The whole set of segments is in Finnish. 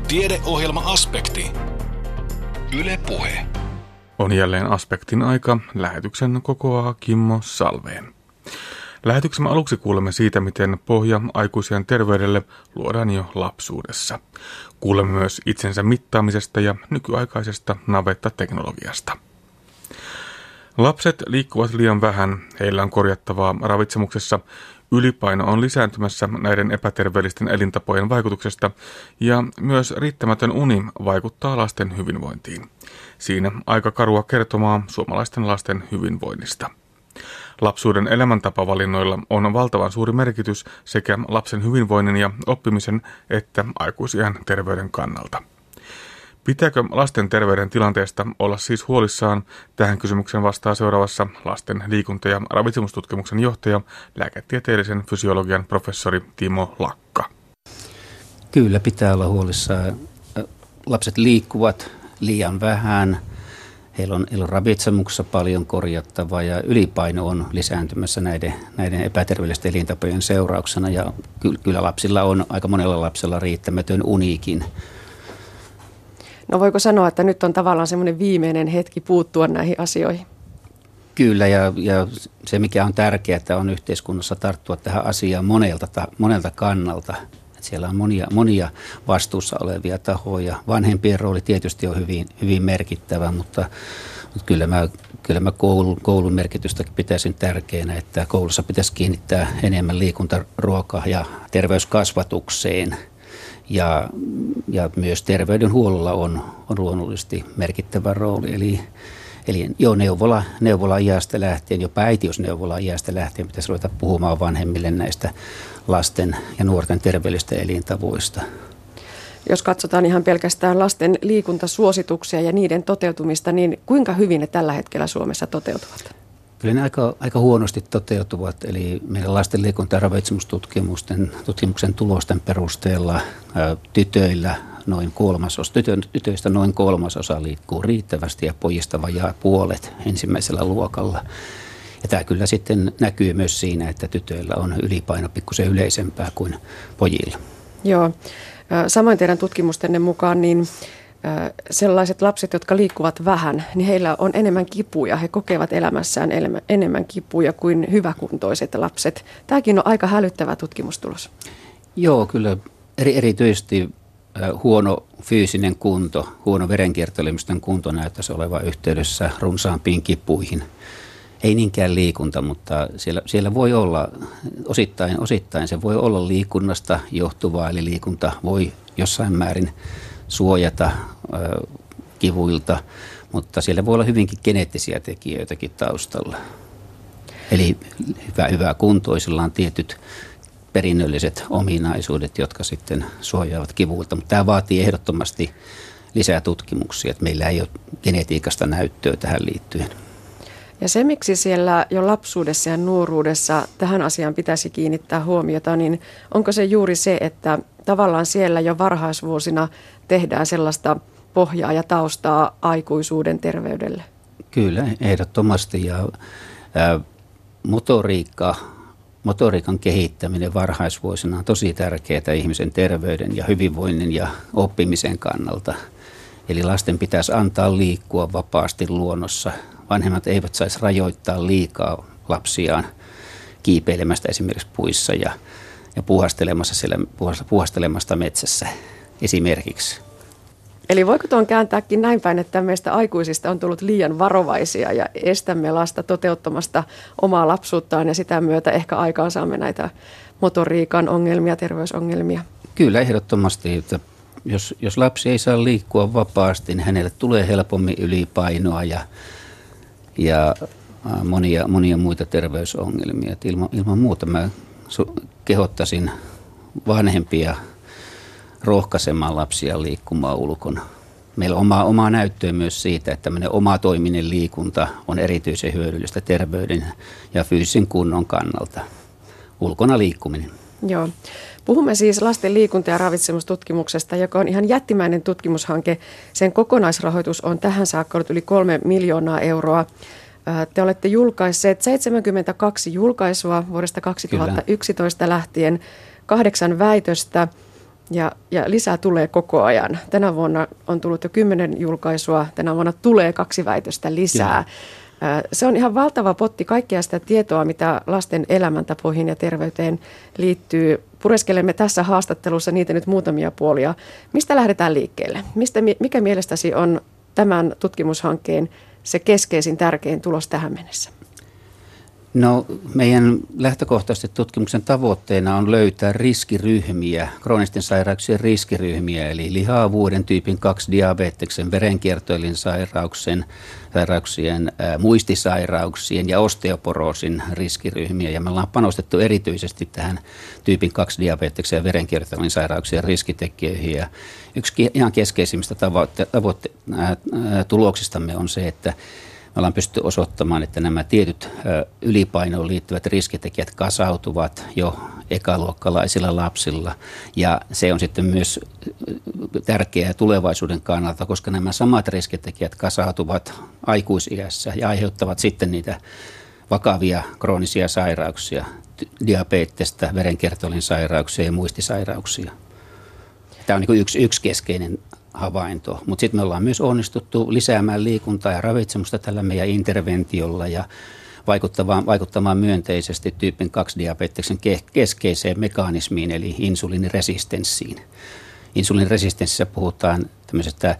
Tiedeohjelma-aspekti. Yle Puhe. On jälleen Aspektin aika. Lähetyksen kokoaa Kimmo Salveen. Lähetyksemme aluksi kuulemme siitä, miten pohja aikuisien terveydelle luodaan jo lapsuudessa. Kuulemme myös itsensä mittaamisesta ja nykyaikaisesta navettateknologiasta. Lapset liikkuvat liian vähän, heillä on korjattavaa ravitsemuksessa, ylipaino on lisääntymässä näiden epäterveellisten elintapojen vaikutuksesta ja myös riittämätön uni vaikuttaa lasten hyvinvointiin. Siinä aika karua kertomaa suomalaisten lasten hyvinvoinnista. Lapsuuden elämäntapavalinnoilla on valtavan suuri merkitys sekä lapsen hyvinvoinnin ja oppimisen että aikuisiän terveyden kannalta. Pitääkö lasten terveyden tilanteesta olla siis huolissaan? Tähän kysymykseen vastaa seuraavassa lasten liikunta- ja ravitsemustutkimuksen johtaja, lääketieteellisen fysiologian professori Timo Lakka. Kyllä pitää olla huolissaan. Lapset liikkuvat liian vähän. Heillä on ravitsemuksessa paljon korjattavaa ja ylipaino on lisääntymässä näiden epäterveellisten elintapojen seurauksena. Ja kyllä lapsilla on, aika monella lapsella riittämätön uniikin. No voiko sanoa, että nyt on tavallaan semmoinen viimeinen hetki puuttua näihin asioihin? Kyllä ja se mikä on tärkeää, että on yhteiskunnassa tarttua tähän asiaan monelta kannalta. Että siellä on monia vastuussa olevia tahoja. Vanhempien rooli tietysti on hyvin merkittävä, mutta kyllä mä koulun merkitystä pitäisin tärkeänä, että koulussa pitäisi kiinnittää enemmän liikuntaruoka- ja terveyskasvatukseen. Ja myös terveydenhuollolla on luonnollisesti merkittävä rooli. Eli jo neuvola-iästä lähtien, jopa äitiysneuvola-iästä lähtien pitäisi ruveta puhumaan vanhemmille näistä lasten ja nuorten terveellisistä elintavoista. Jos katsotaan ihan pelkästään lasten liikuntasuosituksia ja niiden toteutumista, niin kuinka hyvin ne tällä hetkellä Suomessa toteutuvat? Kyllä ne aika huonosti toteutuvat, eli meidän lasten liikunta- ja ravitsemustutkimuksen tulosten perusteella tytöillä tytöistä noin kolmasosa liikkuu riittävästi ja pojista vajaa puolet ensimmäisellä luokalla. Ja tämä kyllä sitten näkyy myös siinä, että tytöillä on ylipaino pikkusen yleisempää kuin pojilla. Joo, samoin teidän tutkimustenne mukaan niin sellaiset lapset, jotka liikkuvat vähän, niin heillä on enemmän kipuja. He kokevat elämässään enemmän kipuja kuin hyväkuntoiset lapset. Tämäkin on aika hälyttävä tutkimustulos. Joo, kyllä erityisesti huono fyysinen kunto, huono verenkiertoelimistön kunto näyttäisi olevan yhteydessä runsaampiin kipuihin. Ei niinkään liikunta, mutta siellä voi olla, osittain se voi olla liikunnasta johtuvaa, eli liikunta voi jossain määrin suojata kivuilta, mutta siellä voi olla hyvinkin geneettisiä tekijöitäkin taustalla. Eli hyvä kuntoisilla on tietyt perinnölliset ominaisuudet, jotka sitten suojaavat kivuilta, mutta tämä vaatii ehdottomasti lisää tutkimuksia, että meillä ei ole genetiikasta näyttöä tähän liittyen. Ja se, miksi siellä jo lapsuudessa ja nuoruudessa tähän asiaan pitäisi kiinnittää huomiota, niin onko se juuri se, että tavallaan siellä jo varhaisvuosina tehdään sellaista pohjaa ja taustaa aikuisuuden terveydelle? Kyllä, ehdottomasti. Ja motoriikan kehittäminen varhaisvuosina on tosi tärkeää ihmisen terveyden ja hyvinvoinnin ja oppimisen kannalta. Eli lasten pitäisi antaa liikkua vapaasti luonnossa. Vanhemmat eivät saisi rajoittaa liikaa lapsiaan kiipeilemästä esimerkiksi puissa ja puuhastelemasta metsässä esimerkiksi. Eli voiko tuon kääntääkin näin päin, että meistä aikuisista on tullut liian varovaisia ja estämme lasta toteuttamasta omaa lapsuuttaan ja sitä myötä ehkä aikaansaamme näitä motoriikan ongelmia, terveysongelmia? Kyllä ehdottomasti, että jos lapsi ei saa liikkua vapaasti, niin hänelle tulee helpommin ylipainoa ja monia muita terveysongelmia. Et ilman muuta mä kehottaisin vanhempia rohkaisemaan lapsia liikkumaan ulkona. Meillä on omaa näyttöä myös siitä, että tämmöinen omatoiminen liikunta on erityisen hyödyllistä terveyden ja fyysisen kunnon kannalta. Ulkona liikkuminen. Joo. Puhumme siis lasten liikunta- ja ravitsemustutkimuksesta, joka on ihan jättimäinen tutkimushanke. Sen kokonaisrahoitus on tähän saakka ollut yli 3 miljoonaa euroa. Te olette julkaisseet 72 julkaisua vuodesta 2011 lähtien, 8 väitöstä. Ja lisää tulee koko ajan. Tänä vuonna on tullut jo 10 julkaisua, tänä vuonna tulee 2 väitöstä lisää. Se on ihan valtava potti kaikkea sitä tietoa, mitä lasten elämäntapoihin ja terveyteen liittyy. Pureskelemme tässä haastattelussa niitä nyt muutamia puolia. Mistä lähdetään liikkeelle? Mikä mielestäsi on tämän tutkimushankkeen se keskeisin tärkein tulos tähän mennessä? No, meidän lähtökohtaisesti tutkimuksen tavoitteena on löytää riskiryhmiä, kroonisten sairauksien riskiryhmiä, eli lihavuuden, tyypin 2 diabeteksen, verenkiertoelinsairauksien, muistisairauksien ja osteoporoosin riskiryhmiä. Ja me ollaan panostettu erityisesti tähän tyypin 2 diabeteksen ja verenkiertoelinsairauksien riskitekijöihin. Ja yksi ihan keskeisimmistä tuloksistamme on se, että me ollaan pystytty osoittamaan, että nämä tietyt ylipainoon liittyvät riskitekijät kasautuvat jo ekaluokkalaisilla lapsilla. Ja se on sitten myös tärkeää tulevaisuuden kannalta, koska nämä samat riskitekijät kasautuvat aikuisiässä ja aiheuttavat sitten niitä vakavia kroonisia sairauksia, diabetesta, verenkiertoelinsairauksia ja muistisairauksia. Tämä on niin yksi keskeinen havainto, mutta sitten me ollaan myös onnistuttu lisäämään liikuntaa ja ravitsemusta tällä meidän interventiolla ja vaikuttamaan myönteisesti tyypin 2 diabeteksen keskeiseen mekanismiin eli insuliiniresistenssiin. Insuliiniresistenssissä puhutaan tämmöisestä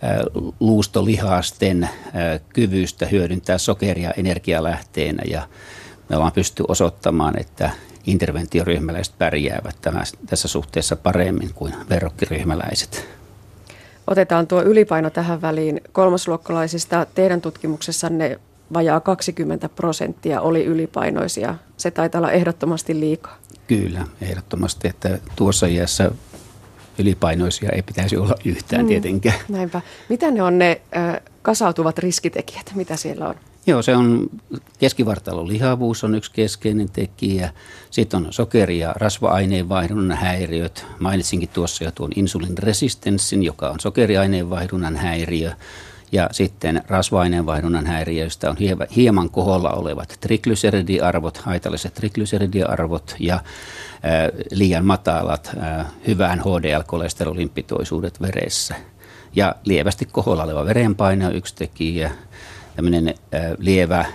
luustolihasten kyvystä hyödyntää sokeria energialähteenä ja me ollaan pystytty osoittamaan, että interventioryhmäläiset pärjäävät tässä suhteessa paremmin kuin verrokkiryhmäläiset. Otetaan tuo ylipaino tähän väliin. Kolmosluokkalaisista teidän tutkimuksessanne vajaa 20% oli ylipainoisia. Se taitaa olla ehdottomasti liikaa. Kyllä, ehdottomasti, että tuossa iässä ylipainoisia ei pitäisi olla yhtään tietenkään. Näinpä. Mitä ne on ne kasautuvat riskitekijät? Mitä siellä on? Joo, se on keskivartalon lihavuus on yksi keskeinen tekijä. Sitten on sokeri- ja rasva-aineenvaihdunnan häiriöt. Mainitsinkin tuossa jo tuon insuliiniresistenssin, joka on sokeriaineenvaihdunnan häiriö. Ja sitten rasva-aineenvaihdunnan häiriöistä on hieman koholla olevat triglyceridiarvot, haitalliset triglyceridiarvot ja liian matalat hyvän HDL-kolesterolin pitoisuudet veressä. Ja lievästi koholla oleva verenpaine on yksi tekijä. Tämmöinen lievä,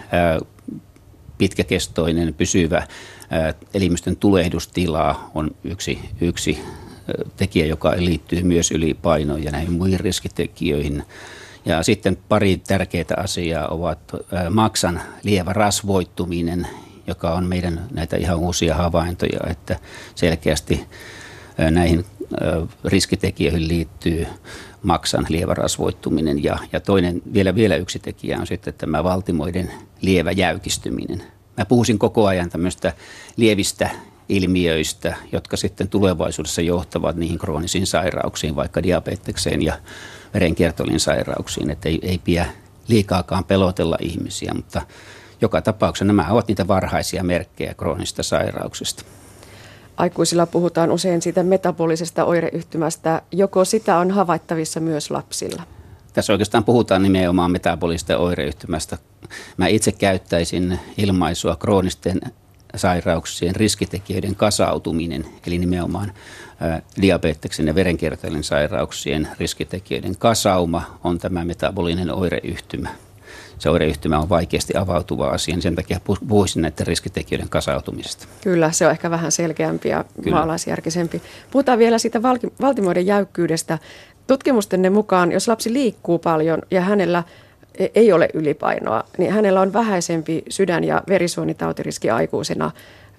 pitkäkestoinen, pysyvä elimistön tulehdustila on yksi tekijä, joka liittyy myös ylipainoon ja näihin muihin riskitekijöihin. Ja sitten pari tärkeää asiaa ovat maksan lievä rasvoittuminen, joka on meidän näitä ihan uusia havaintoja, että selkeästi näihin riskitekijöihin liittyy maksan lievä rasvoittuminen ja toinen vielä yksi tekijä on sitten tämä valtimoiden lievä jäykistyminen. Mä puhuisin koko ajan tämmöistä lievistä ilmiöistä, jotka sitten tulevaisuudessa johtavat niihin kroonisiin sairauksiin, vaikka diabetekseen ja verenkiertoelinsairauksiin, että ei pidä liikaakaan pelotella ihmisiä, mutta joka tapauksessa nämä ovat niitä varhaisia merkkejä kroonisista sairauksista. Aikuisilla puhutaan usein siitä metabolisesta oireyhtymästä. Joko sitä on havaittavissa myös lapsilla? Tässä oikeastaan puhutaan nimenomaan metabolisesta oireyhtymästä. Mä itse käyttäisin ilmaisua kroonisten sairauksien riskitekijöiden kasautuminen, eli nimenomaan diabeteksen ja verenkiertoelinsairauksien riskitekijöiden kasauma on tämä metabolinen oireyhtymä. Se oireyhtymä on vaikeasti avautuva asia, niin sen takia puhuisin näiden riskitekijöiden kasautumisesta. Kyllä, se on ehkä vähän selkeämpi ja maalaisjärkisempi. Puhutaan vielä siitä valtimoiden jäykkyydestä. Tutkimustenne mukaan, jos lapsi liikkuu paljon ja hänellä ei ole ylipainoa, niin hänellä on vähäisempi sydän- ja verisuonitautiriski aikuisena.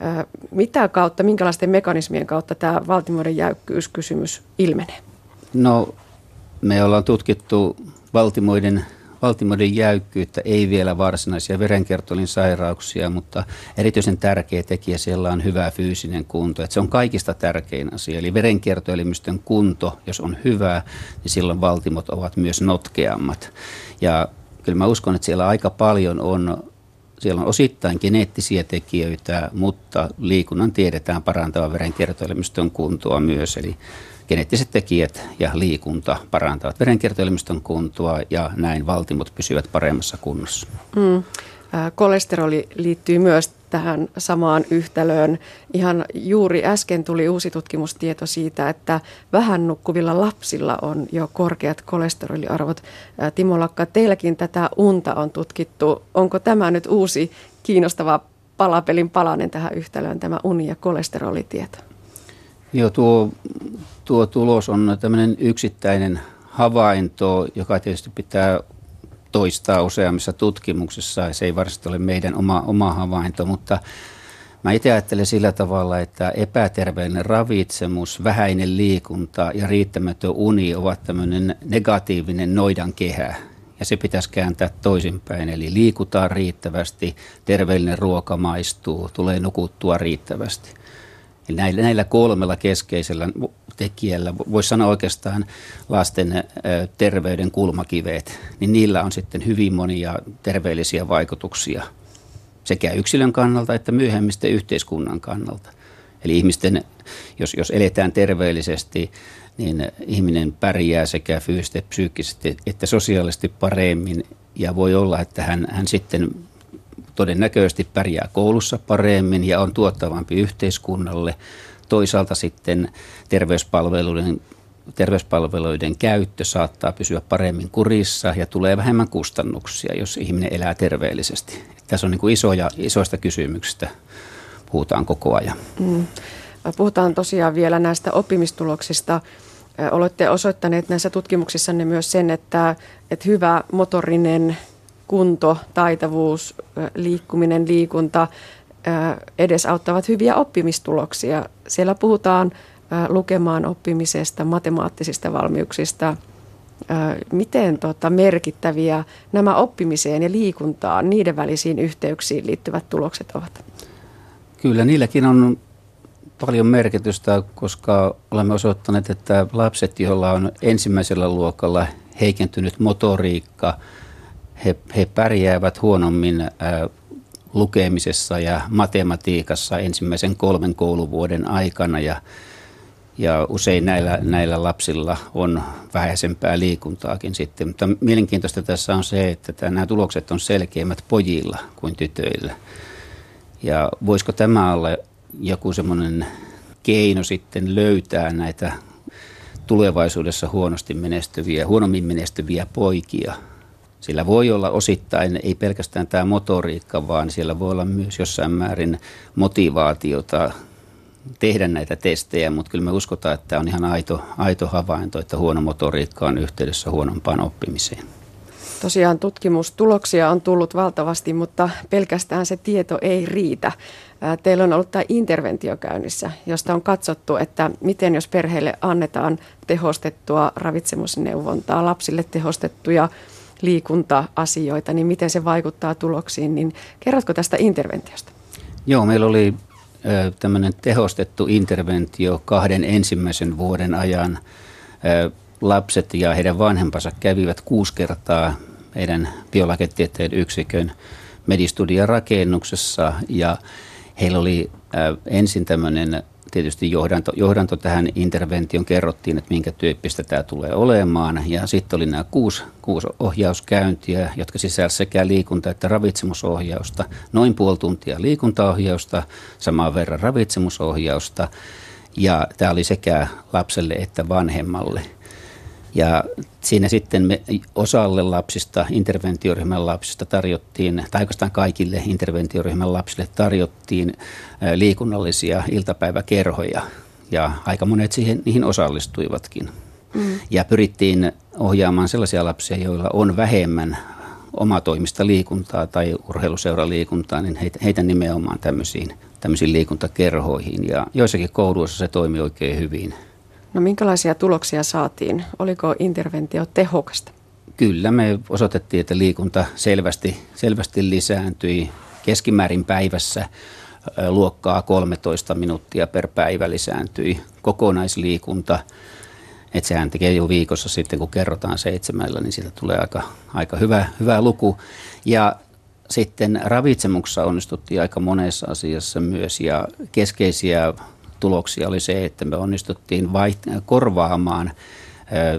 Mitä kautta, minkälaisten mekanismien kautta tämä valtimoiden jäykkyyskysymys ilmenee? No, me ollaan tutkittu valtimoiden jäykkyyttä, ei vielä varsinaisia verenkiertoelinsairauksia, mutta erityisen tärkeä tekijä siellä on hyvä fyysinen kunto. Että se on kaikista tärkein asia. Eli verenkiertoelimistön kunto, jos on hyvä, niin silloin valtimot ovat myös notkeammat. Ja kyllä mä uskon, että siellä aika paljon siellä on osittain geneettisiä tekijöitä, mutta liikunnan tiedetään parantavan verenkiertoelimistön kuntoa myös. Eli geneettiset tekijät ja liikunta parantavat verenkiertoelimistön kuntoa ja näin valtimot pysyvät paremmassa kunnossa. Kolesteroli liittyy myös tähän samaan yhtälöön. Ihan juuri äsken tuli uusi tutkimustieto siitä, että vähän nukkuvilla lapsilla on jo korkeat kolesteroliarvot. Timo Lakka, teilläkin tätä unta on tutkittu. Onko tämä nyt uusi kiinnostava palapelin palanen tähän yhtälöön, tämä uni- ja kolesterolitieto? Joo, tuo tulos on tämmöinen yksittäinen havainto, joka tietysti pitää toistaa useammissa tutkimuksissa. Se ei varsinaisesti ole meidän oma havainto, mutta mä itse ajattelen sillä tavalla, että epäterveellinen ravitsemus, vähäinen liikunta ja riittämätön uni ovat tämmöinen negatiivinen noidankehä. Ja se pitäisi kääntää toisinpäin, eli liikutaan riittävästi, terveellinen ruoka maistuu, tulee nukuttua riittävästi. Eli näillä kolmella keskeisellä tekijällä, voisi sanoa oikeastaan lasten terveyden kulmakiveet, niin niillä on sitten hyvin monia terveellisiä vaikutuksia sekä yksilön kannalta että myöhemmin yhteiskunnan kannalta. Eli ihmisten, jos eletään terveellisesti, niin ihminen pärjää sekä fyysisesti, psyykkisesti että sosiaalisesti paremmin ja voi olla, että hän sitten todennäköisesti pärjää koulussa paremmin ja on tuottavampi yhteiskunnalle. Toisaalta sitten terveyspalveluiden käyttö saattaa pysyä paremmin kurissa ja tulee vähemmän kustannuksia, jos ihminen elää terveellisesti. Tässä on niin kuin isoista kysymyksistä, puhutaan koko ajan. Puhutaan tosiaan vielä näistä oppimistuloksista. Olette osoittaneet näissä tutkimuksissanne myös sen, että hyvä motorinen kunto, taitavuus, liikkuminen, liikunta edesauttavat hyviä oppimistuloksia. Siellä puhutaan lukemaan oppimisesta, matemaattisista valmiuksista. Miten merkittäviä nämä oppimiseen ja liikuntaan, niiden välisiin yhteyksiin liittyvät tulokset ovat? Kyllä, niilläkin on paljon merkitystä, koska olemme osoittaneet, että lapset, joilla on ensimmäisellä luokalla heikentynyt motoriikka, he pärjäävät huonommin lukemisessa ja matematiikassa ensimmäisen 3 kouluvuoden aikana ja usein näillä lapsilla on vähäisempää liikuntaakin sitten. Mutta mielenkiintoista tässä on se, että nämä tulokset on selkeämmät pojilla kuin tytöillä. Ja voisiko tämä olla joku semmoinen keino sitten löytää näitä tulevaisuudessa huonommin menestyviä poikia? Sillä voi olla osittain, ei pelkästään tämä motoriikka, vaan siellä voi olla myös jossain määrin motivaatiota tehdä näitä testejä, mutta kyllä me uskotaan, että on ihan aito havainto, että huono motoriikka on yhteydessä huonompaan oppimiseen. Tosiaan tutkimustuloksia on tullut valtavasti, mutta pelkästään se tieto ei riitä. Teillä on ollut tämä interventio käynnissä, josta on katsottu, että miten jos perheelle annetaan tehostettua ravitsemusneuvontaa, lapsille tehostettuja liikunta-asioita, niin miten se vaikuttaa tuloksiin, niin kerrotko tästä interventiosta? Joo, meillä oli tämmöinen tehostettu interventio 2 ensimmäisen vuoden ajan. Lapset ja heidän vanhempansa kävivät 6 kertaa meidän biolääketieteen yksikön Medistudian rakennuksessa ja heillä oli ensin tämmöinen tietysti johdanto tähän interventioon, kerrottiin, että minkä tyyppistä tämä tulee olemaan ja sitten oli nämä 6 ohjauskäyntiä, jotka sisälsivät sekä liikunta- että ravitsemusohjausta, noin puoli tuntia liikuntaohjausta, samaan verran ravitsemusohjausta ja tämä oli sekä lapselle että vanhemmalle. Ja siinä sitten me osalle lapsista, interventioryhmän lapsista tarjottiin, tai oikeastaan kaikille interventioryhmän lapsille tarjottiin liikunnallisia iltapäiväkerhoja. Ja aika monet niihin osallistuivatkin. Ja pyrittiin ohjaamaan sellaisia lapsia, joilla on vähemmän omatoimista liikuntaa tai urheiluseuraliikuntaa, niin heitä nimenomaan tämmöisiin liikuntakerhoihin. Ja joissakin kouluissa se toimi oikein hyvin. No minkälaisia tuloksia saatiin? Oliko interventio tehokasta? Kyllä, me osoitettiin, että liikunta selvästi lisääntyi. Keskimäärin päivässä luokkaa 13 minuuttia per päivä lisääntyi. Kokonaisliikunta, että sehän tekee jo viikossa sitten, kun kerrotaan 7, niin siitä tulee aika hyvä luku. Ja sitten ravitsemuksessa onnistuttiin aika monessa asiassa myös ja keskeisiä tuloksia oli se, että me onnistuttiin korvaamaan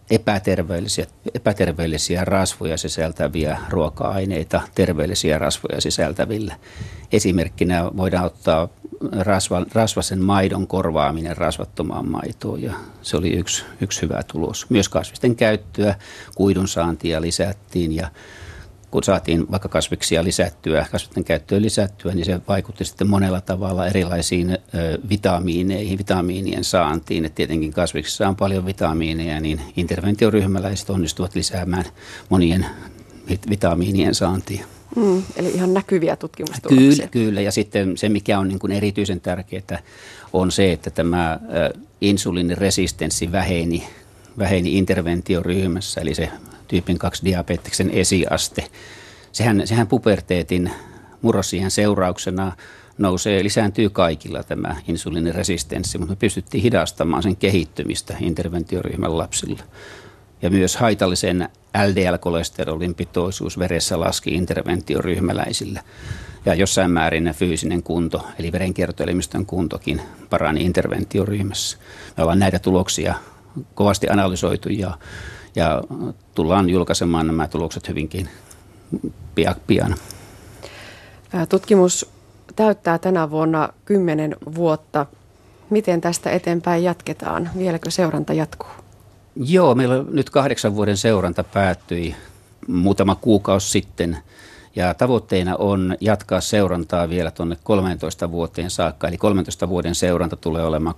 epäterveellisiä rasvoja sisältäviä ruoka-aineita terveellisiä rasvoja sisältävillä. Esimerkkinä voidaan ottaa rasvasen maidon korvaaminen rasvattomaan maitoon, ja se oli yksi hyvä tulos. Myös kasvisten käyttöä, kuidun saantia lisättiin, ja kun saatiin vaikka kasvisten käyttöön lisättyä, niin se vaikutti sitten monella tavalla erilaisiin vitamiinien saantiin. Et tietenkin kasviksissa on paljon vitamiineja, niin interventioryhmäläiset onnistuvat lisäämään monien vitamiinien saantia. Eli ihan näkyviä tutkimustuloksia. Kyllä, ja sitten se, mikä on niin kuin erityisen tärkeää, on se, että tämä insuliiniresistenssi väheni interventioryhmässä, eli se tyypin 2 diabeteksen esiaste. Sehän puberteetin murrosiän seurauksena lisääntyy kaikilla tämä insuliiniresistenssi, mutta me pystyttiin hidastamaan sen kehittymistä interventioryhmän lapsilla. Ja myös haitallisen LDL-kolesterolin pitoisuus veressä laski interventioryhmäläisillä. Ja jossain määrin fyysinen kunto, eli verenkiertoelimistön kuntokin parani interventioryhmässä. Me ollaan näitä tuloksia kovasti analysoitu ja tullaan julkaisemaan nämä tulokset hyvinkin pian. Tutkimus täyttää tänä vuonna 10 vuotta. Miten tästä eteenpäin jatketaan? Vieläkö seuranta jatkuu? Joo, meillä nyt 8 vuoden seuranta päättyi muutama kuukausi sitten. Ja tavoitteena on jatkaa seurantaa vielä tuonne 13 vuoteen saakka. Eli 13 vuoden seuranta tulee olemaan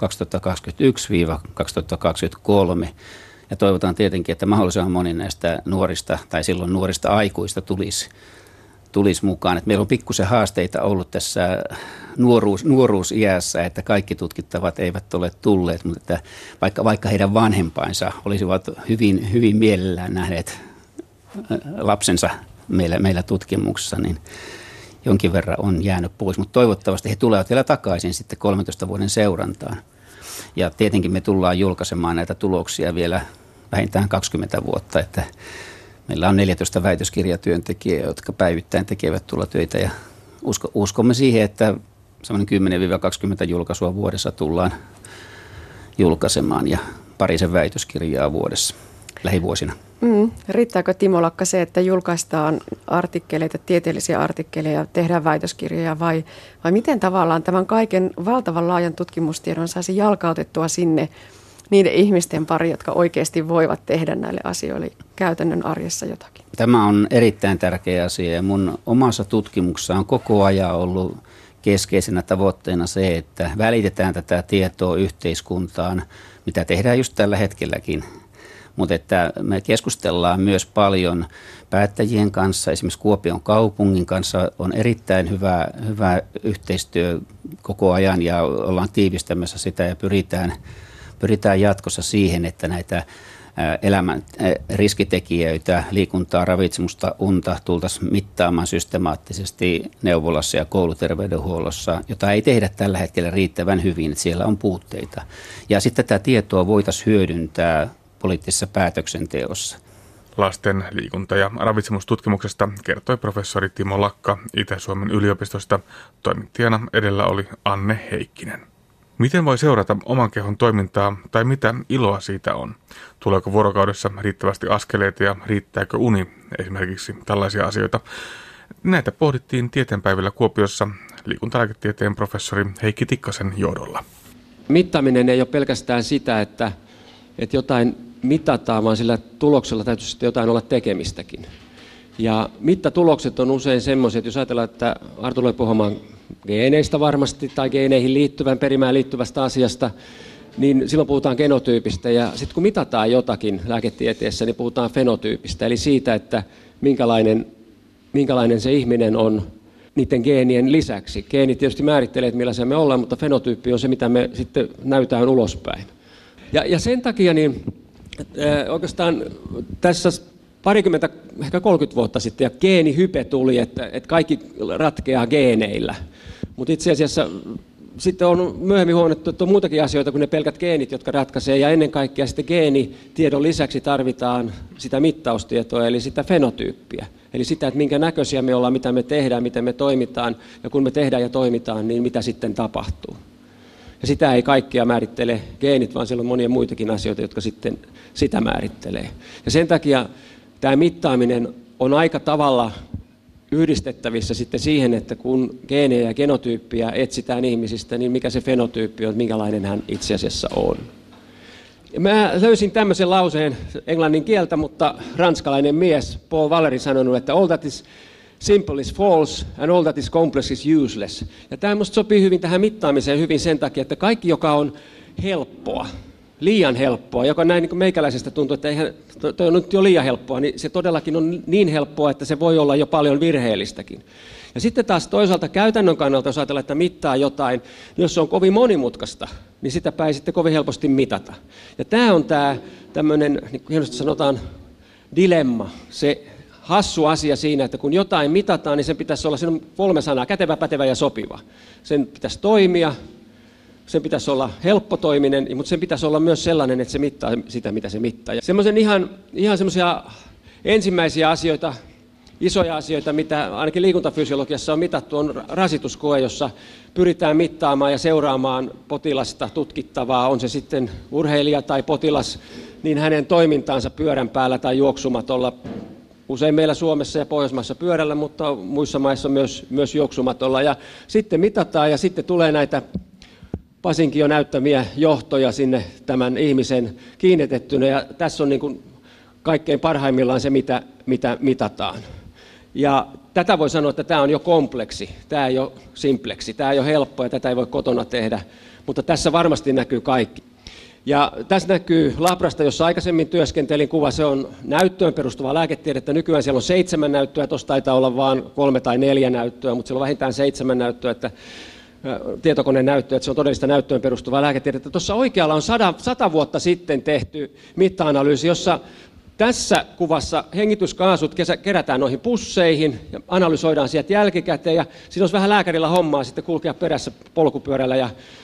2021-2023. Ja toivotaan tietenkin, että mahdollisimman moni näistä nuorista tai silloin nuorista aikuista tulisi mukaan. Et meillä on pikkusen haasteita ollut tässä nuoruusiässä, että kaikki tutkittavat eivät ole tulleet, mutta että vaikka heidän vanhempainsa olisivat hyvin, hyvin mielellään nähneet lapsensa meillä tutkimuksessa, niin jonkin verran on jäänyt pois. Mutta toivottavasti he tulevat vielä takaisin sitten 13 vuoden seurantaan. Ja tietenkin me tullaan julkaisemaan näitä tuloksia vielä vähintään 20 vuotta, että meillä on 14 väitöskirjatyöntekijää, jotka päivittäin tekevät tulla töitä, ja uskomme siihen, että semmoinen 10-20 julkaisua vuodessa tullaan julkaisemaan ja parisen väitöskirjaa vuodessa lähivuosina. Riittääkö Timo Lakka se, että julkaistaan artikkeleita, tieteellisiä artikkeleja, tehdään väitöskirjoja vai miten tavallaan tämän kaiken valtavan laajan tutkimustiedon saisi jalkautettua sinne niiden ihmisten pari, jotka oikeasti voivat tehdä näille asioille käytännön arjessa jotakin? Tämä on erittäin tärkeä asia, ja mun omassa tutkimuksessa on koko ajan ollut keskeisenä tavoitteena se, että välitetään tätä tietoa yhteiskuntaan, mitä tehdään just tällä hetkelläkin. Mutta että me keskustellaan myös paljon päättäjien kanssa, esimerkiksi Kuopion kaupungin kanssa on erittäin hyvä yhteistyö koko ajan, ja ollaan tiivistämässä sitä ja pyritään jatkossa siihen, että näitä elämän riskitekijöitä, liikuntaa, ravitsemusta, unta tultaisiin mittaamaan systemaattisesti neuvolassa ja kouluterveydenhuollossa, jota ei tehdä tällä hetkellä riittävän hyvin, että siellä on puutteita. Ja sitten tätä tietoa voitaisiin hyödyntää poliittisessa päätöksenteossa. Lasten liikunta- ja ravitsemustutkimuksesta kertoi professori Timo Lakka Itä-Suomen yliopistosta. Toimittajana edellä oli Anne Heikkinen. Miten voi seurata oman kehon toimintaa tai mitä iloa siitä on? Tuleeko vuorokaudessa riittävästi askeleita ja riittääkö uni? Esimerkiksi tällaisia asioita. Näitä pohdittiin tieteenpäivillä Kuopiossa liikuntalääketieteen professori Heikki Tikkasen johdolla. Mittaaminen ei ole pelkästään sitä, että jotain mitataan, vaan sillä tuloksella täytyy sitten jotain olla tekemistäkin. Ja mittatulokset on usein semmoisia, että jos ajatellaan, että Arto tulee puhumaan geeneistä varmasti tai geeneihin perimään liittyvästä asiasta, niin silloin puhutaan genotyypistä. Ja sitten kun mitataan jotakin lääketieteessä, niin puhutaan fenotyypistä, eli siitä, että minkälainen se ihminen on niiden geenien lisäksi. Geenit tietysti määrittelee, että millaisia me ollaan, mutta fenotyyppi on se, mitä me sitten näytään ulospäin. Ja sen takia niin oikeastaan tässä 20, ehkä 30 vuotta sitten ja geenihype tuli, että kaikki ratkeaa geeneillä. Mutta itse asiassa sitten on myöhemmin huomattu, että on muutakin asioita kuin ne pelkät geenit, jotka ratkaisee. Ja ennen kaikkea sitten geenitiedon lisäksi tarvitaan sitä mittaustietoa, eli sitä fenotyyppiä. Eli sitä, että minkä näköisiä me ollaan, mitä me tehdään, miten me toimitaan. Ja kun me tehdään ja toimitaan, niin mitä sitten tapahtuu. Ja sitä ei kaikkea määrittele geenit, vaan siellä on monia muitakin asioita, jotka sitten sitä määrittelee. Ja sen takia tämä mittaaminen on aika tavalla yhdistettävissä sitten siihen, että kun geenejä ja genotyyppiä etsitään ihmisistä, niin mikä se fenotyyppi on, minkälainen hän itse asiassa on. Ja mä löysin tämmöisen lauseen englannin kieltä, mutta ranskalainen mies, Paul Valéry, sanonut, että all that is simple is false and all that is complex is useless. Ja tämä minusta sopii hyvin tähän mittaamiseen hyvin sen takia, että kaikki, joka on helppoa, liian helppoa, joka näin niin kuin meikäläisestä tuntuu, että eihän, toi on nyt jo liian helppoa, niin se todellakin on niin helppoa, että se voi olla jo paljon virheellistäkin. Ja sitten taas toisaalta käytännön kannalta, jos ajatellaan, että mittaa jotain, niin jos se on kovin monimutkaista, niin sitä ei sitten kovin helposti mitata. Ja tämä on tämä tämmöinen, niin kuin hienosti sanotaan, dilemma, se hassu asia siinä, että kun jotain mitataan, niin sen pitäisi olla, siinä on 3 sanaa, kätevä, pätevä ja sopiva. Sen pitäisi toimia, sen pitäisi olla helppotoiminen, mutta sen pitäisi olla myös sellainen, että se mittaa sitä, mitä se mittaa. Ja semmoisen ihan semmoisia ensimmäisiä asioita, isoja asioita, mitä ainakin liikuntafysiologiassa on mitattu, on rasituskoe, jossa pyritään mittaamaan ja seuraamaan potilasta, tutkittavaa, on se sitten urheilija tai potilas, niin hänen toimintaansa pyörän päällä tai juoksumatolla. Usein meillä Suomessa ja Pohjoismaissa pyörällä, mutta muissa maissa myös juoksumatolla. Ja sitten mitataan ja sitten tulee näitä Pasinkin jo näyttämiä johtoja sinne tämän ihmisen kiinnitettynä. Ja tässä on niin kuin kaikkein parhaimmillaan se, mitä mitataan. Ja tätä voi sanoa, että tämä on jo kompleksi, tämä ei ole simpleksi, tämä ei ole helppoa ja tätä ei voi kotona tehdä, mutta tässä varmasti näkyy kaikki. Ja tässä näkyy Labrasta, jossa aikaisemmin työskentelin kuva, se on näyttöön perustuvaa lääketiedettä. Nykyään siellä on 7 näyttöä, tuossa taitaa olla vain 3 tai 4 näyttöä, mutta siellä on vähintään 7 näyttöä, että tietokoneen näyttöä, että se on todellista näyttöön perustuvaa lääketiedettä. Tuossa oikealla on 100 vuotta sitten tehty mitta-analyysi, jossa tässä kuvassa hengityskaasut kerätään noihin pusseihin ja analysoidaan sieltä jälkikäteen. Ja siinä olisi vähän lääkärillä hommaa sitten kulkea perässä polkupyörällä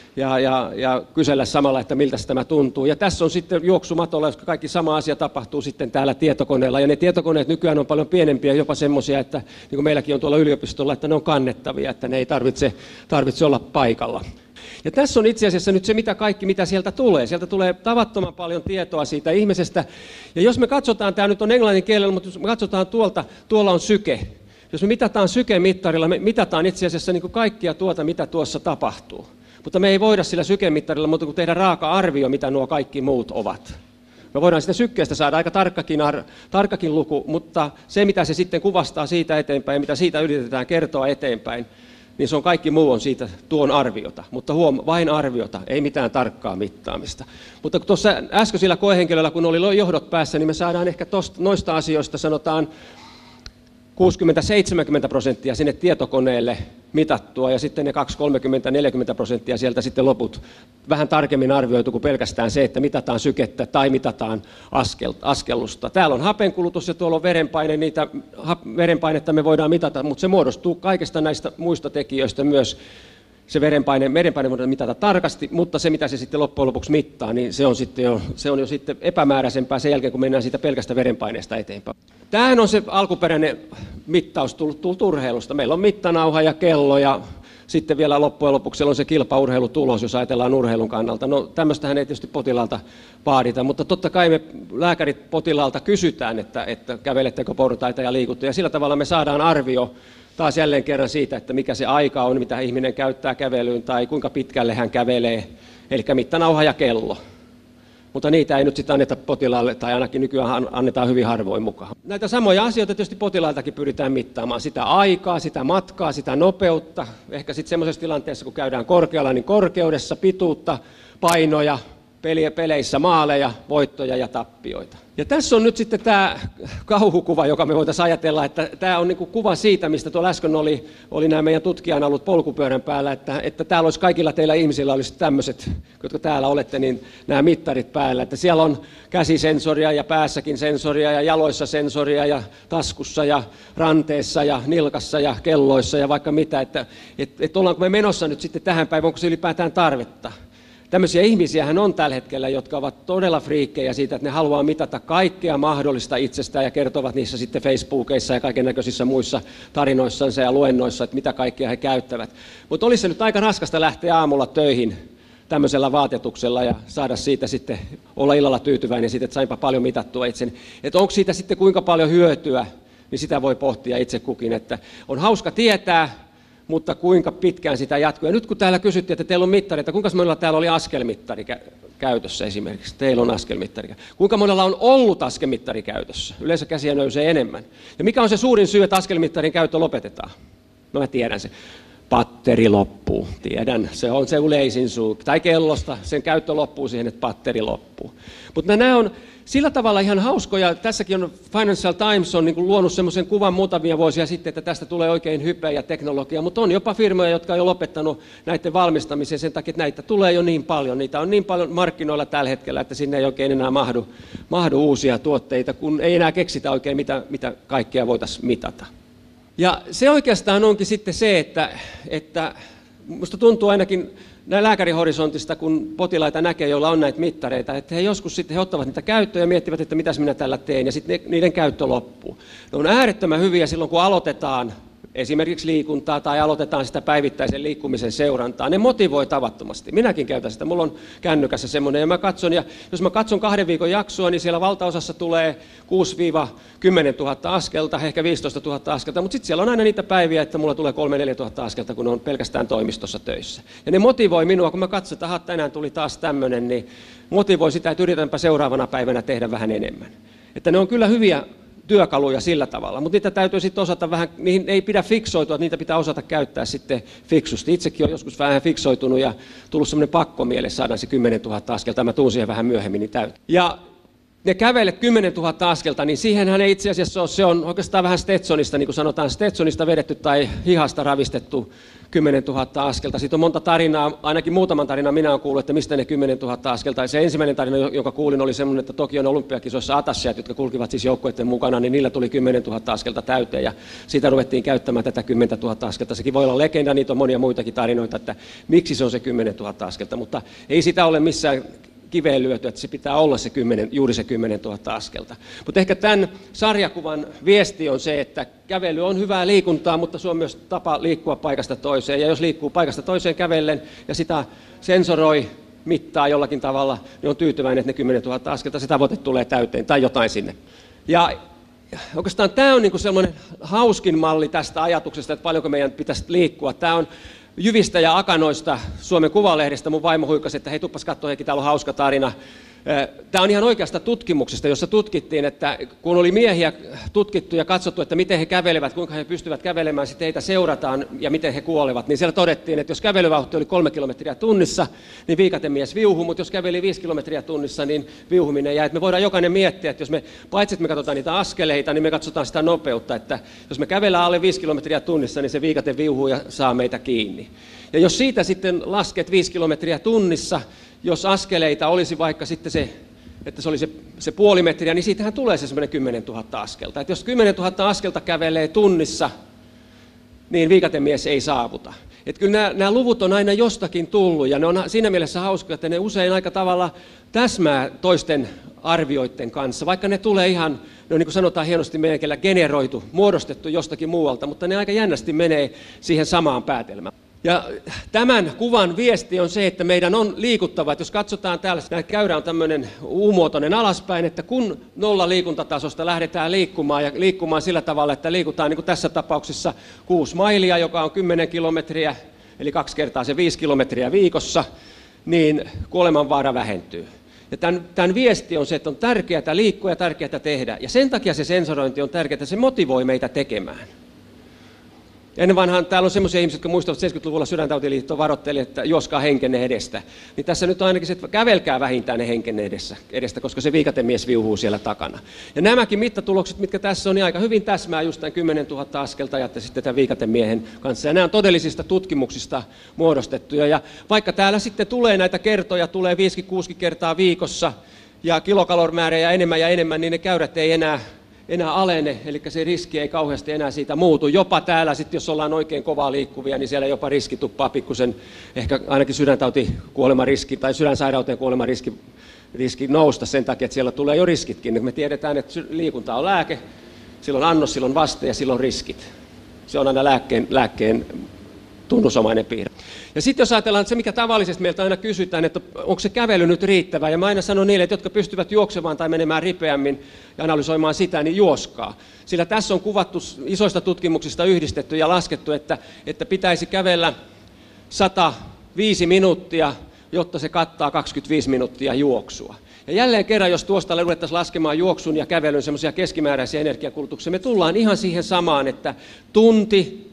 ja kysellä samalla, että miltä tämä tuntuu. Ja tässä on sitten juoksumatolla, koska kaikki sama asia tapahtuu sitten täällä tietokoneella. Ja ne tietokoneet nykyään on paljon pienempiä, jopa semmoisia, että niin kuin meilläkin on tuolla yliopistolla, että ne on kannettavia, että ne ei tarvitse olla paikalla. Ja tässä on itse asiassa nyt se, mitä sieltä tulee. Sieltä tulee tavattoman paljon tietoa siitä ihmisestä. Ja jos me katsotaan, tämä nyt on englannin kielellä, mutta jos me katsotaan tuolla on syke. Jos me mitataan sykemittarilla, me mitataan itse asiassa niin kuin kaikkia tuota, mitä tuossa tapahtuu. Mutta me ei voida sillä sykemittarilla muuta kuin tehdä raaka arvio, mitä nuo kaikki muut ovat. Me voidaan sitä sykkeestä saada aika tarkkakin luku, mutta se, mitä se sitten kuvastaa siitä eteenpäin, mitä siitä yritetään kertoa eteenpäin, niin se on kaikki muu on siitä tuon arviota, mutta vain arviota, ei mitään tarkkaa mittaamista. Mutta tuossa äskeisellä koehenkilöllä, kun oli johdot päässä, niin me saadaan ehkä noista asioista sanotaan 60-70% sinne tietokoneelle mitattua ja sitten ne 20-30-40% sieltä sitten loput vähän tarkemmin arvioitu kuin pelkästään se, että mitataan sykettä tai mitataan askellusta. Täällä on hapenkulutus ja tuolla on verenpaine, niitä verenpainetta me voidaan mitata, mutta se muodostuu kaikista näistä muista tekijöistä myös. Se verenpaine voidaan mitata tarkasti, mutta se mitä se sitten loppujen lopuksi mittaa, niin se on jo sitten epämääräisempää sen jälkeen, kun mennään siitä pelkästä verenpaineesta eteenpäin. Tämähän on se alkuperäinen mittaus tullut urheilusta. Meillä on mittanauha ja kello ja sitten vielä loppujen lopuksi on se kilpaurheilutulos, jos ajatellaan urheilun kannalta. No tämmöistähän ei tietysti potilaalta vaadita, mutta totta kai me lääkärit potilaalta kysytään, että kävelettekö portaita ja liikutte, ja sillä tavalla me saadaan arvio taas jälleen kerran siitä, että mikä se aika on, mitä ihminen käyttää kävelyyn tai kuinka pitkälle hän kävelee, eli mittanauha ja kello. Mutta niitä ei nyt sitten anneta potilaalle, tai ainakin nykyään annetaan hyvin harvoin mukaan. Näitä samoja asioita tietysti potilailtakin pyritään mittaamaan. Sitä aikaa, sitä matkaa, sitä nopeutta. Ehkä sitten semmoisessa tilanteessa, kun käydään korkealla, niin korkeudessa, pituutta, painoja, peleissä maaleja, voittoja ja tappioita. Ja tässä on nyt sitten tämä kauhukuva, joka me voitaisiin ajatella, että tämä on niinku kuva siitä, mistä tuolla äsken oli nämä meidän tutkijan ollut polkupyörän päällä, että täällä olisi kaikilla teillä ihmisillä olisi tämmöiset, jotka täällä olette, niin nämä mittarit päällä, että siellä on käsisensoria ja päässäkin sensoria ja jaloissa sensoria ja taskussa ja ranteessa ja nilkassa ja kelloissa ja vaikka mitä, että ollaanko me menossa nyt sitten tähän päivään, onko se ylipäätään tarvetta. Tämmöisiä ihmisiähän on tällä hetkellä, jotka ovat todella friikkejä siitä, että ne haluaa mitata kaikkea mahdollista itsestään ja kertovat niissä sitten Facebookissa ja kaikennäköisissä muissa tarinoissansa ja luennoissa, että mitä kaikkea he käyttävät. Mutta olisi se nyt aika raskasta lähteä aamulla töihin tämmöisellä vaatetuksella ja saada siitä sitten olla illalla tyytyväinen siitä, että sainpa paljon mitattua itseni. Että onko siitä sitten kuinka paljon hyötyä, niin sitä voi pohtia itse kukin, että on hauska tietää, mutta kuinka pitkään sitä jatkuu. Ja nyt kun täällä kysyttiin, että teillä on mittari, että kuinka monella täällä oli askelmittari käytössä esimerkiksi, teillä on askelmittari. Kuinka monella on ollut askelmittari käytössä? Yleensä käsiä nousee enemmän. Ja mikä on se suurin syy, että askelmittarin käyttö lopetetaan? No mä tiedän se. Patteri loppuu, tiedän, se on se yleisin syy. Tai kellosta, sen käyttö loppuu siihen, että patteri loppuu. Mutta nämä on sillä tavalla ihan hauskoja. Tässäkin on Financial Times on niin kuin luonut semmoisen kuvan muutamia vuosia sitten, että tästä tulee oikein hype ja teknologia, mutta on jopa firmoja, jotka on jo lopettanut näiden valmistamisen sen takia, että näitä tulee jo niin paljon. Niitä on niin paljon markkinoilla tällä hetkellä, että sinne ei oikein enää mahdu uusia tuotteita, kun ei enää keksitä oikein, mitä kaikkea voitaisiin mitata. Ja se oikeastaan onkin sitten se, että musta tuntuu ainakin näin lääkärihorisontista, kun potilaita näkee, joilla on näitä mittareita, että he joskus sitten he ottavat niitä käyttöön ja miettivät, että mitäs minä tällä teen, ja sitten niiden käyttö loppuu. Ne on äärettömän hyviä silloin, kun aloitetaan esimerkiksi liikuntaa tai aloitetaan sitä päivittäisen liikkumisen seurantaa. Ne motivoi tavattomasti. Minäkin käytän sitä. Mulla on kännykässä semmoinen, ja jos mä katson 2 viikon jaksoa, niin siellä valtaosassa tulee 6-10 000 askelta, ehkä 15 000 askelta, mutta sitten siellä on aina niitä päiviä, että mulla tulee 3-4 000 askelta, kun on pelkästään toimistossa töissä. Ja ne motivoi minua, kun mä katson, että tänään tuli taas tämmöinen, niin motivoi sitä, että yritänpä seuraavana päivänä tehdä vähän enemmän. Että ne on kyllä hyviä työkaluja sillä tavalla, mutta niitä täytyy sitten osata vähän, niihin ei pidä fiksoitua, että niitä pitää osata käyttää sitten fiksusti. Itsekin olen joskus vähän fiksoitunut ja tullut semmoinen pakko mielessä, saadaan se 10 000 askelta, mä tuun siihen vähän myöhemmin, niin täytyy. Ja ne kävelet 10 000 askelta, niin siihenhän ei itse asiassa ole, se on oikeastaan vähän Stetsonista, niin kuin sanotaan, Stetsonista vedetty tai hihasta ravistettu 10 000 askelta. Siitä on monta tarinaa, ainakin muutaman tarinan minä olen kuullut, että mistä ne 10 000 askelta. Se ensimmäinen tarina, jonka kuulin, oli semmoinen, että Tokion olympiakisoissa atassiat, jotka kulkivat siis joukkueiden mukana, niin niillä tuli 10 000 askelta täyteen ja siitä ruvettiin käyttämään tätä 10 000 askelta. Sekin voi olla legenda, niitä on monia muitakin tarinoita, että miksi se on se 10 000 askelta, mutta ei sitä ole missään kiveen lyöty, että se pitää olla juuri se 10 000 askelta. Mutta ehkä tämän sarjakuvan viesti on se, että kävely on hyvää liikuntaa, mutta se on myös tapa liikkua paikasta toiseen. Ja jos liikkuu paikasta toiseen kävellen ja sitä sensoroi, mittaa jollakin tavalla, niin on tyytyväinen, että ne 10 000 askelta, se tavoite tulee täyteen tai jotain sinne. Ja oikeastaan tämä on niinku sellainen hauskin malli tästä ajatuksesta, että paljonko meidän pitäisi liikkua. Tämä on Jyvistä ja Akanoista Suomen Kuvalehdestä. Mun vaimo huikasi, että hei, tuppas katsoa, Heikki, täällä on hauska tarina. Tämä on ihan oikeasta tutkimuksesta, jossa tutkittiin, että kun oli miehiä tutkittu ja katsottu, että miten he kävelevät, kuinka he pystyvät kävelemään, sitten heitä seurataan ja miten he kuolevat, niin siellä todettiin, että jos kävelyvauhti oli 3 kilometriä tunnissa, niin viikatemies viuhui, mutta jos käveli 5 kilometriä tunnissa, niin viuhuminen jäi. Me voidaan jokainen miettiä, että jos me, paitsi että me katsotaan niitä askeleita, niin me katsotaan sitä nopeutta, että jos me kävellään alle 5 kilometriä tunnissa, niin se viikate viuhuu ja saa meitä kiinni. Ja jos siitä sitten lasket 5 kilometriä tunnissa, jos askeleita olisi vaikka sitten se, että se oli se puoli metriä, niin siitähän tulee se semmoinen 10 000 askelta. Että jos 10 000 askelta kävelee tunnissa, niin viikatemies ei saavuta. Että kyllä nämä luvut on aina jostakin tullut, ja ne on siinä mielessä hauskoja, että ne usein aika tavalla täsmää toisten arvioiden kanssa, vaikka ne tulee ihan, ne on niin kuin sanotaan hienosti meidän kielellä generoitu, muodostettu jostakin muualta, mutta ne aika jännästi menee siihen samaan päätelmään. Ja tämän kuvan viesti on se, että meidän on liikuttava, että jos katsotaan täällä, näitä käyrä on tämmöinen U-muotoinen alaspäin, että kun 0 liikuntatasosta lähdetään liikkumaan ja liikkumaan sillä tavalla, että liikutaan niin kuin tässä tapauksessa 6 mailia, joka on 10 kilometriä, eli 2 kertaa se 5 kilometriä viikossa, niin kuolemanvaara vähentyy. Ja tämän viesti on se, että on tärkeää liikkua ja tärkeää tehdä. Ja sen takia se sensorointi on tärkeää, että se motivoi meitä tekemään. Ennen vanhaan täällä on semmoisia ihmisiä, jotka muistavat 70-luvulla Sydäntautiliitto varoitteli, että juoskaa henkenne edestä. Niin tässä nyt on ainakin se, että kävelkää vähintään ne henkenne edestä, koska se viikatemies viuhuu siellä takana. Ja nämäkin mittatulokset, mitkä tässä on, niin aika hyvin täsmää just tämän 10 000 askelta ja sitten tämän viikatemiehen kanssa. Ja nämä on todellisista tutkimuksista muodostettuja. Ja vaikka täällä sitten tulee näitä kertoja, tulee 5-6 kertaa viikossa ja kilokalorimäärejä enemmän, niin ne käyrät ei enää alene, eli se riski ei kauheasti enää siitä muutu. Jopa täällä sitten, jos ollaan oikein kovaa liikkuvia, niin siellä jopa riski tuppaa pikkusen, ehkä ainakin sydäntautikuolemariski tai sydänsairauteen kuolemariski nousta sen takia, että siellä tulee jo riskitkin. Me tiedetään, että liikunta on lääke, silloin annos, silloin vaste ja silloin riskit. Se on aina lääkkeen tunnusomainen piirre. Ja sitten jos ajatellaan, että se mikä tavallisesti meiltä aina kysytään, että onko se kävely nyt riittävää, ja mä aina sanon niille, että jotka pystyvät juoksemaan tai menemään ripeämmin ja analysoimaan sitä, niin juoskaa. Sillä tässä on kuvattu isoista tutkimuksista yhdistetty ja laskettu, että pitäisi kävellä 105 minuuttia, jotta se kattaa 25 minuuttia juoksua. Ja jälleen kerran, jos tuosta ruvettaisiin laskemaan juoksun ja kävelyn semmoisia keskimääräisiä energiakulutuksia, me tullaan ihan siihen samaan, että tunti,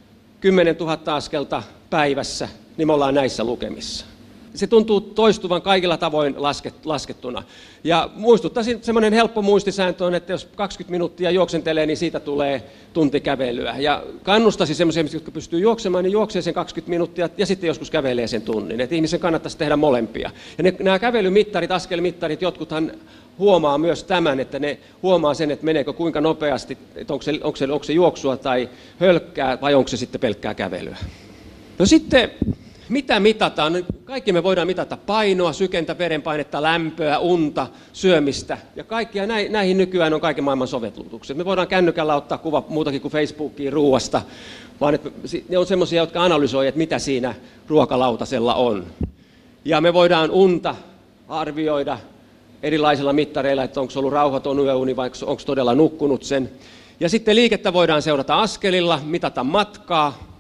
10 000 askelta päivässä, niin me ollaan näissä lukemissa. Se tuntuu toistuvan kaikilla tavoin laskettuna. Ja muistuttaisin, semmoinen helppo muistisääntö on, että jos 20 minuuttia juoksentelee, niin siitä tulee tunti kävelyä. Ja kannustaisin semmoisia ihmisiä, jotka pystyy juoksemaan, niin juoksee sen 20 minuuttia ja sitten joskus kävelee sen tunnin. Että ihmisen kannattaisi tehdä molempia. Ja nämä kävelymittarit, askelmittarit, jotkuthan huomaa myös tämän, että ne huomaa sen, että meneekö kuinka nopeasti, että onko se juoksua tai hölkkää vai onko se sitten pelkkää kävelyä. No sitten, mitä mitataan? Kaikki me voidaan mitata painoa, sykentä, verenpainetta, lämpöä, unta, syömistä. Ja kaikkia näihin nykyään on kaiken maailman sovellutukset. Me voidaan kännykällä ottaa kuva muutakin kuin Facebookiin ruuasta, vaan että ne on semmoisia, jotka analysoivat, että mitä siinä ruokalautasella on. Ja me voidaan unta arvioida erilaisilla mittareilla, että onko se ollut rauhaton yöuni vai onko todella nukkunut sen. Ja sitten liikettä voidaan seurata askelilla, mitata matkaa,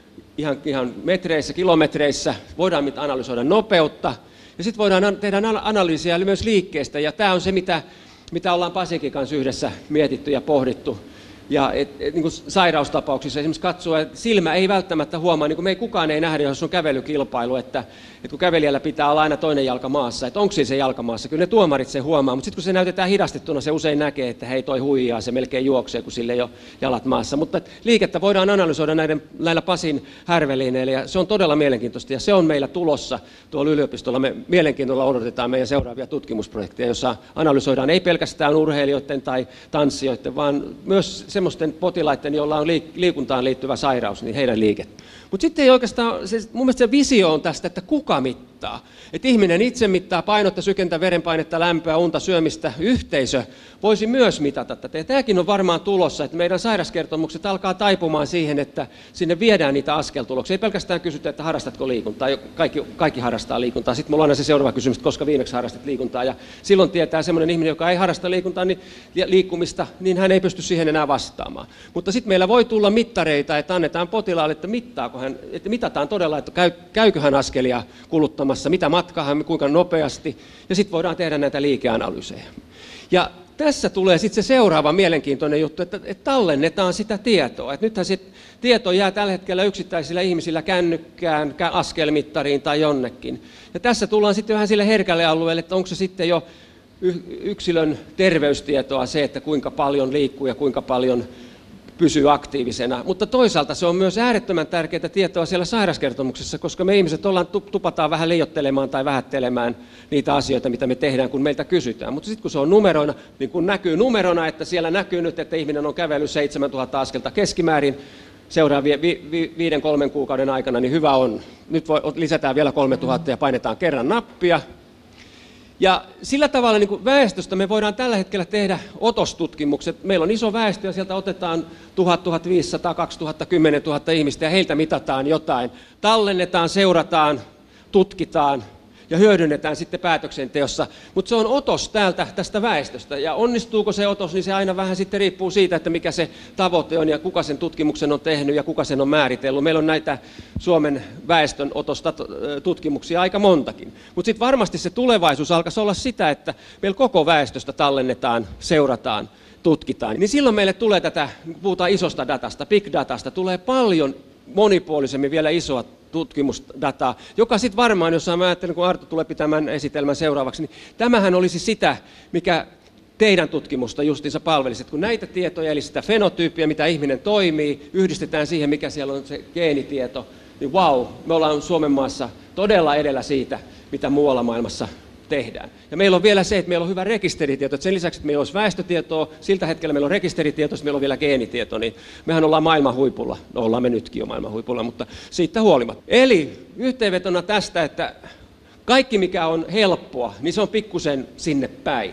ihan metreissä, kilometreissä, voidaan analysoida nopeutta ja sitten voidaan tehdä analyysiä myös liikkeestä ja tämä on se, mitä ollaan Pasinkin kanssa yhdessä mietitty ja pohdittu. Ja niin kuin sairaustapauksissa esimerkiksi katsoa, että silmä ei välttämättä huomaa, niin kuin kukaan ei nähdä, jos on kävelykilpailu, että kun kävelijällä pitää olla aina toinen jalka maassa, että onko se jalka maassa, kyllä ne tuomarit se huomaa, mutta sitten kun se näytetään hidastettuna, se usein näkee, että hei toi huijaa, se melkein juoksee, kun sille ei ole jalat maassa. Mutta liikettä voidaan analysoida näillä Pasin härveliineillä ja se on todella mielenkiintoista ja se on meillä tulossa tuolla yliopistolla. Me mielenkiinnolla odotetaan meidän seuraavia tutkimusprojekteja, joissa analysoidaan ei pelkästään urheilijoiden tai tanssijoiden, vaan myös semmoisten potilaiden, joilla on liikuntaan liittyvä sairaus, niin heidän liikettä. Mutta sitten ei oikeastaan, mun mielestä se visio on tästä, että kuka mittaa. Että ihminen itse mittaa painetta, sykentä, verenpainetta, lämpöä, unta, syömistä, yhteisö voisi myös mitata tätä. Ja tämäkin on varmaan tulossa, että meidän sairauskertomukset alkaa taipumaan siihen, että sinne viedään niitä askeltuloksia. Ei pelkästään kysytä, että harrastatko liikuntaa, kaikki harrastaa liikuntaa. Sitten mulla on aina se seuraava kysymys, että koska viimeksi harrastat liikuntaa. Ja silloin tietää semmoinen ihminen, joka ei harrasta liikuntaa, niin liikkumista, niin hän ei pysty siihen enää vastaamaan. Mutta sitten meillä voi tulla mittareita, että annetaan potilaalle, että että mitataan todella, että käykö hän askelia kuluttamassa, mitä matkaa hän, kuinka nopeasti, ja sitten voidaan tehdä näitä liikeanalyysejä. Ja tässä tulee sitten se seuraava mielenkiintoinen juttu, että tallennetaan sitä tietoa. Että nythän se tieto jää tällä hetkellä yksittäisillä ihmisillä kännykkään, askelmittariin tai jonnekin. Ja tässä tullaan sitten vähän sille herkälle alueelle, että onko se sitten jo yksilön terveystietoa se, että kuinka paljon liikkuu ja kuinka paljon pysyy aktiivisena, mutta toisaalta se on myös äärettömän tärkeää tietoa siellä sairauskertomuksessa, koska me ihmiset tupataan vähän liioittelemaan tai vähättelemään niitä asioita, mitä me tehdään, kun meiltä kysytään. Mutta sitten kun se on numeroina, niin kun näkyy numerona, että siellä näkyy nyt, että ihminen on kävellyt 7000 askelta keskimäärin seuraavien 5-3 kuukauden aikana, niin hyvä on. Nyt lisätään vielä 3000 ja painetaan kerran nappia. Ja sillä tavalla niin kuin väestöstä me voidaan tällä hetkellä tehdä otostutkimukset. Meillä on iso väestö ja sieltä otetaan 1000, 1500, 2000, 10 000 ihmistä ja heiltä mitataan jotain. Tallennetaan, seurataan, tutkitaan ja hyödynnetään sitten päätöksenteossa. Mutta se on otos tästä väestöstä ja onnistuuko se otos, niin se aina vähän sitten riippuu siitä, että mikä se tavoite on ja kuka sen tutkimuksen on tehnyt ja kuka sen on määritellyt. Meillä on näitä Suomen väestön otostutkimuksia aika montakin. Mutta sitten varmasti se tulevaisuus alkaisi olla sitä, että meillä koko väestöstä tallennetaan, seurataan, tutkitaan. Niin silloin meille tulee puhutaan isosta datasta, big datasta, tulee paljon monipuolisemmin vielä isoa tutkimusdataa, joka sitten varmaan, jos mä ajattelen, kun Arto tulee pitämään esitelmän seuraavaksi, niin tämähän olisi sitä, mikä teidän tutkimusta justiinsa palvelisi, että kun näitä tietoja, eli sitä fenotyyppiä, mitä ihminen toimii, yhdistetään siihen, mikä siellä on se geenitieto, niin me ollaan Suomen maassa todella edellä siitä, mitä muualla maailmassa tehdään. Ja meillä on vielä se, että meillä on hyvä rekisteritieto, että sen lisäksi, että meillä olisi väestötietoa, siltä hetkellä meillä on rekisteritieto, että meillä on vielä geenitieto, niin mehän ollaan maailman huipulla. No ollaan me nytkin jo maailman huipulla, mutta siitä huolimatta. Eli yhteenvetona tästä, että kaikki mikä on helppoa, niin se on pikkusen sinne päin.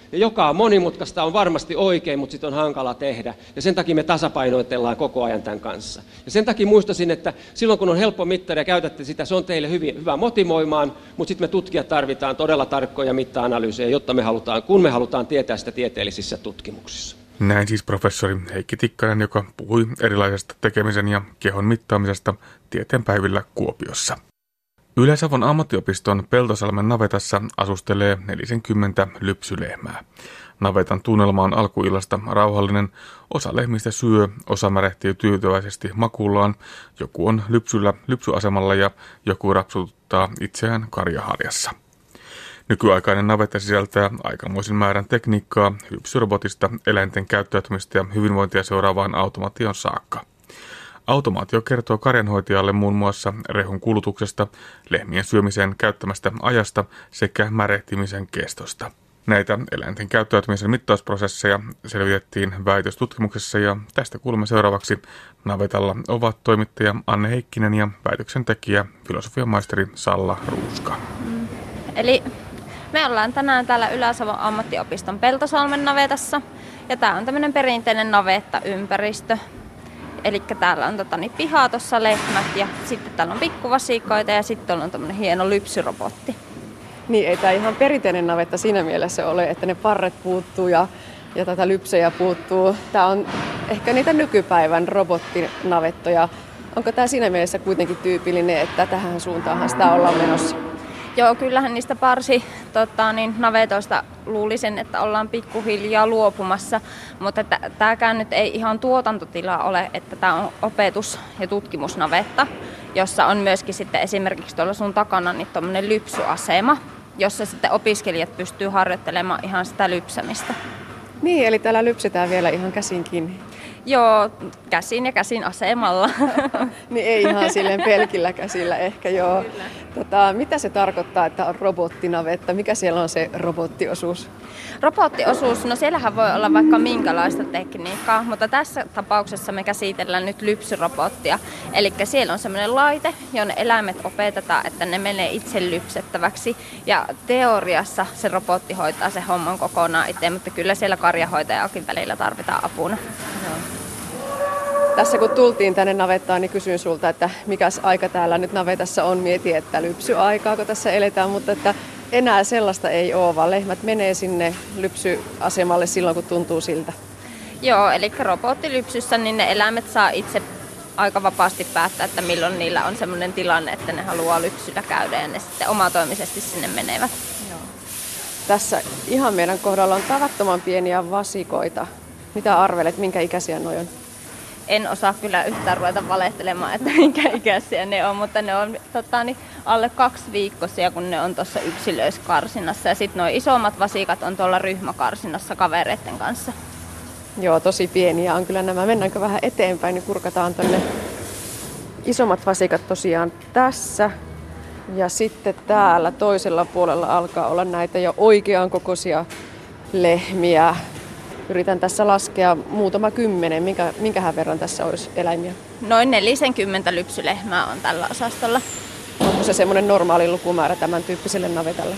Ja joka on monimutkaista on varmasti oikein, mutta sitten on hankala tehdä. Ja sen takia me tasapainoitellaan koko ajan tämän kanssa. Ja sen takia muistaisin, että silloin kun on helppo mittari ja käytätte sitä, se on teille hyvä motivoimaan, mutta sitten me tutkijat tarvitaan todella tarkkoja mitta-analyysejä, jotta kun me halutaan tietää sitä tieteellisissä tutkimuksissa. Näin siis professori Heikki Tikkanen, joka puhui erilaisesta tekemisen ja kehon mittaamisesta tieteenpäivillä Kuopiossa. Ylä-Savon ammattiopiston Peltosalmen navetassa asustelee 40 lypsylehmää. Navetan tunnelma on alkuillasta rauhallinen, osa lehmistä syö, osa märehtii tyytyväisesti makuullaan, joku on lypsyllä lypsyasemalla ja joku rapsuttaa itseään karjaharjassa. Nykyaikainen navetta sisältää aikamoisen määrän tekniikkaa lypsyrobotista eläinten käyttäytymistä ja hyvinvointia seuraavaan automaation saakka. Automaatio kertoo karjanhoitajalle muun muassa rehun kulutuksesta, lehmien syömiseen käyttämästä ajasta sekä märehtimisen kestosta. Näitä eläinten käyttäytymisen mittausprosesseja selvitettiin väitöstutkimuksessa ja tästä kuulemme seuraavaksi. Navetalla ovat toimittaja Anne Heikkinen ja väitöksen tekijä filosofian maisteri Salla Ruuska. Eli me ollaan tänään täällä Ylä-Savon ammattiopiston Peltosalmen navetassa ja tää on tämmöinen perinteinen navettaympäristö. Eli täällä on pihaa tuossa lehmät ja sitten täällä on pikkuvasikoita ja sitten on tämmöinen hieno lypsyrobotti. Niin, ei tämä ihan perinteinen navetta siinä mielessä ole, että ne parret puuttuu ja tätä lypsejä puuttuu. Tämä on ehkä niitä nykypäivän robottinavettoja. Onko tämä siinä mielessä kuitenkin tyypillinen, että tähän suuntaanhan sitä ollaan menossa? Joo, kyllähän niistä navetoista luulisin, että ollaan pikkuhiljaa luopumassa, mutta tämäkään nyt ei ihan tuotantotila ole, että tämä on opetus- ja tutkimusnavetta, jossa on myöskin sitten esimerkiksi tuolla sun takana niin tuommoinen lypsyasema, jossa sitten opiskelijat pystyy harjoittelemaan ihan sitä lypsämistä. Niin, eli täällä lypsetään vielä ihan käsin kiinni. Joo, käsin ja käsin asemalla. Niin ei ihan silleen pelkillä käsillä ehkä, joo. Mitä se tarkoittaa, että on robottinavetta? Mikä siellä on se robottiosuus? Robottiosuus, no siellähän voi olla vaikka minkälaista tekniikkaa, mutta tässä tapauksessa me käsitellään nyt lypsyrobottia. Eli siellä on semmoinen laite, jonne eläimet opetetaan, että ne menee itse lypsettäväksi. Ja teoriassa se robotti hoitaa sen homman kokonaan itse, mutta kyllä siellä karjahoitajakin välillä tarvitaan apuna. Tässä kun tultiin tänne navettaan, niin kysyin sulta, että mikäs aika täällä nyt navetassa on. Mietin, että lypsyaikaa, kun tässä eletään, mutta että enää sellaista ei ole, vaan lehmät menee sinne lypsyasemalle silloin, kun tuntuu siltä. Joo, eli robottilypsyssä niin ne eläimet saa itse aika vapaasti päättää, että milloin niillä on sellainen tilanne, että ne haluaa lypsyllä käydä ja ne sitten omatoimisesti sinne menevät. Joo. Tässä ihan meidän kohdalla on tavattoman pieniä vasikoita. Mitä arvelet, minkä ikäisiä noi on? En osaa kyllä yhtään ruveta valehtelemaan, että minkä ikäisiä ne on, mutta ne on alle 2-viikkoisia, kun ne on tuossa yksilöiskarsinnassa. Ja sitten nuo isommat vasikat on tuolla ryhmäkarsinnassa kavereiden kanssa. Joo, tosi pieniä on kyllä nämä. Mennäänkö vähän eteenpäin, niin kurkataan tonne. Isommat vasikat tosiaan tässä. Ja sitten täällä toisella puolella alkaa olla näitä jo oikean kokoisia lehmiä. Yritän tässä laskea muutama kymmenen, minkähän verran tässä olisi eläimiä. Noin 40 lypsylehmää on tällä osastolla. Onko se semmoinen normaali lukumäärä tämän tyyppiselle navetalle?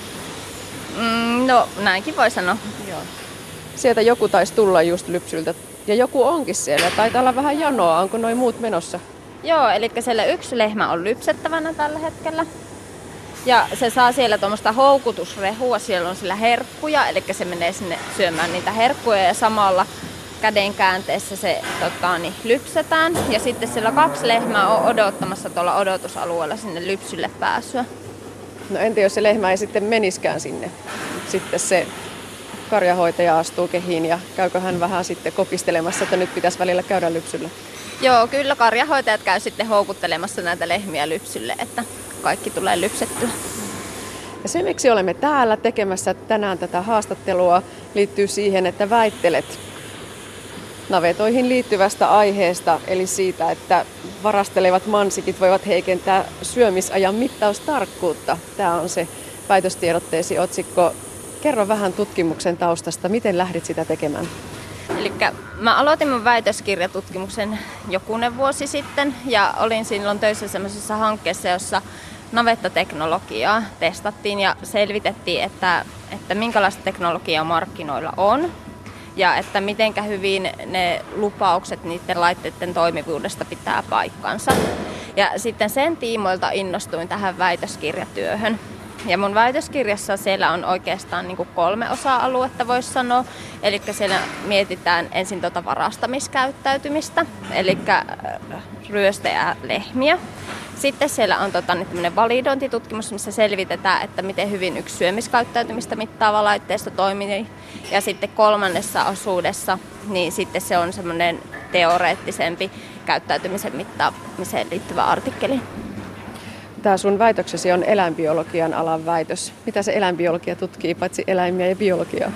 No näinkin voi sanoa. Joo. Sieltä joku taisi tulla just lypsyltä ja joku onkin siellä. Taitaa olla vähän janoa. Onko noin muut menossa? Joo, eli siellä yksi lehmä on lypsettävänä tällä hetkellä. Ja se saa siellä tuommoista houkutusrehua, siellä on sillä herkkuja, eli se menee sinne syömään niitä herkkuja ja samalla käden käänteessä se lypsetään. Ja sitten siellä 2 lehmää on odottamassa tuolla odotusalueella sinne lypsylle pääsyä. No entä jos se lehmä ei sitten meniskään sinne? Sitten se karjahoitaja astuu kehiin ja käykö hän vähän sitten kopistelemassa, että nyt pitäisi välillä käydä lypsyllä? Joo, kyllä karjahoitajat käy sitten houkuttelemassa näitä lehmiä lypsylle, että kaikki tulee lypsettyä. Ja se, miksi olemme täällä tekemässä tänään tätä haastattelua, liittyy siihen, että väittelet navetoihin liittyvästä aiheesta, eli siitä, että varastelevat mansikit voivat heikentää syömisajan mittaustarkkuutta. Tämä on se väitöstiedotteesi otsikko. Kerro vähän tutkimuksen taustasta. Miten lähdit sitä tekemään? Elikkä mä aloitin mun väitöskirjatutkimuksen jokunen vuosi sitten ja olin silloin töissä semmoisessa hankkeessa, jossa navettateknologiaa testattiin ja selvitettiin, että että minkälaista teknologiaa markkinoilla on ja että mitenkä hyvin ne lupaukset niiden laitteiden toimivuudesta pitää paikkansa. Ja sitten sen tiimoilta innostuin tähän väitöskirjatyöhön. Ja mun väitöskirjassa siellä on oikeastaan niin kuin 3 osa-aluetta, voisi sanoa. Eli siellä mietitään ensin varastamiskäyttäytymistä, eli ryöstäjää lehmiä. Sitten siellä on tämmöinen validointitutkimus, missä selvitetään, että miten hyvin yksi syömiskäyttäytymistä mittaava laitteisto toimii. Ja sitten 3. osuudessa, niin sitten se on semmoinen teoreettisempi käyttäytymisen mittaamiseen liittyvä artikkeli. Tämä sun väitöksesi on eläinbiologian alan väitös. Mitä se eläinbiologia tutkii, paitsi eläimiä ja biologiaa?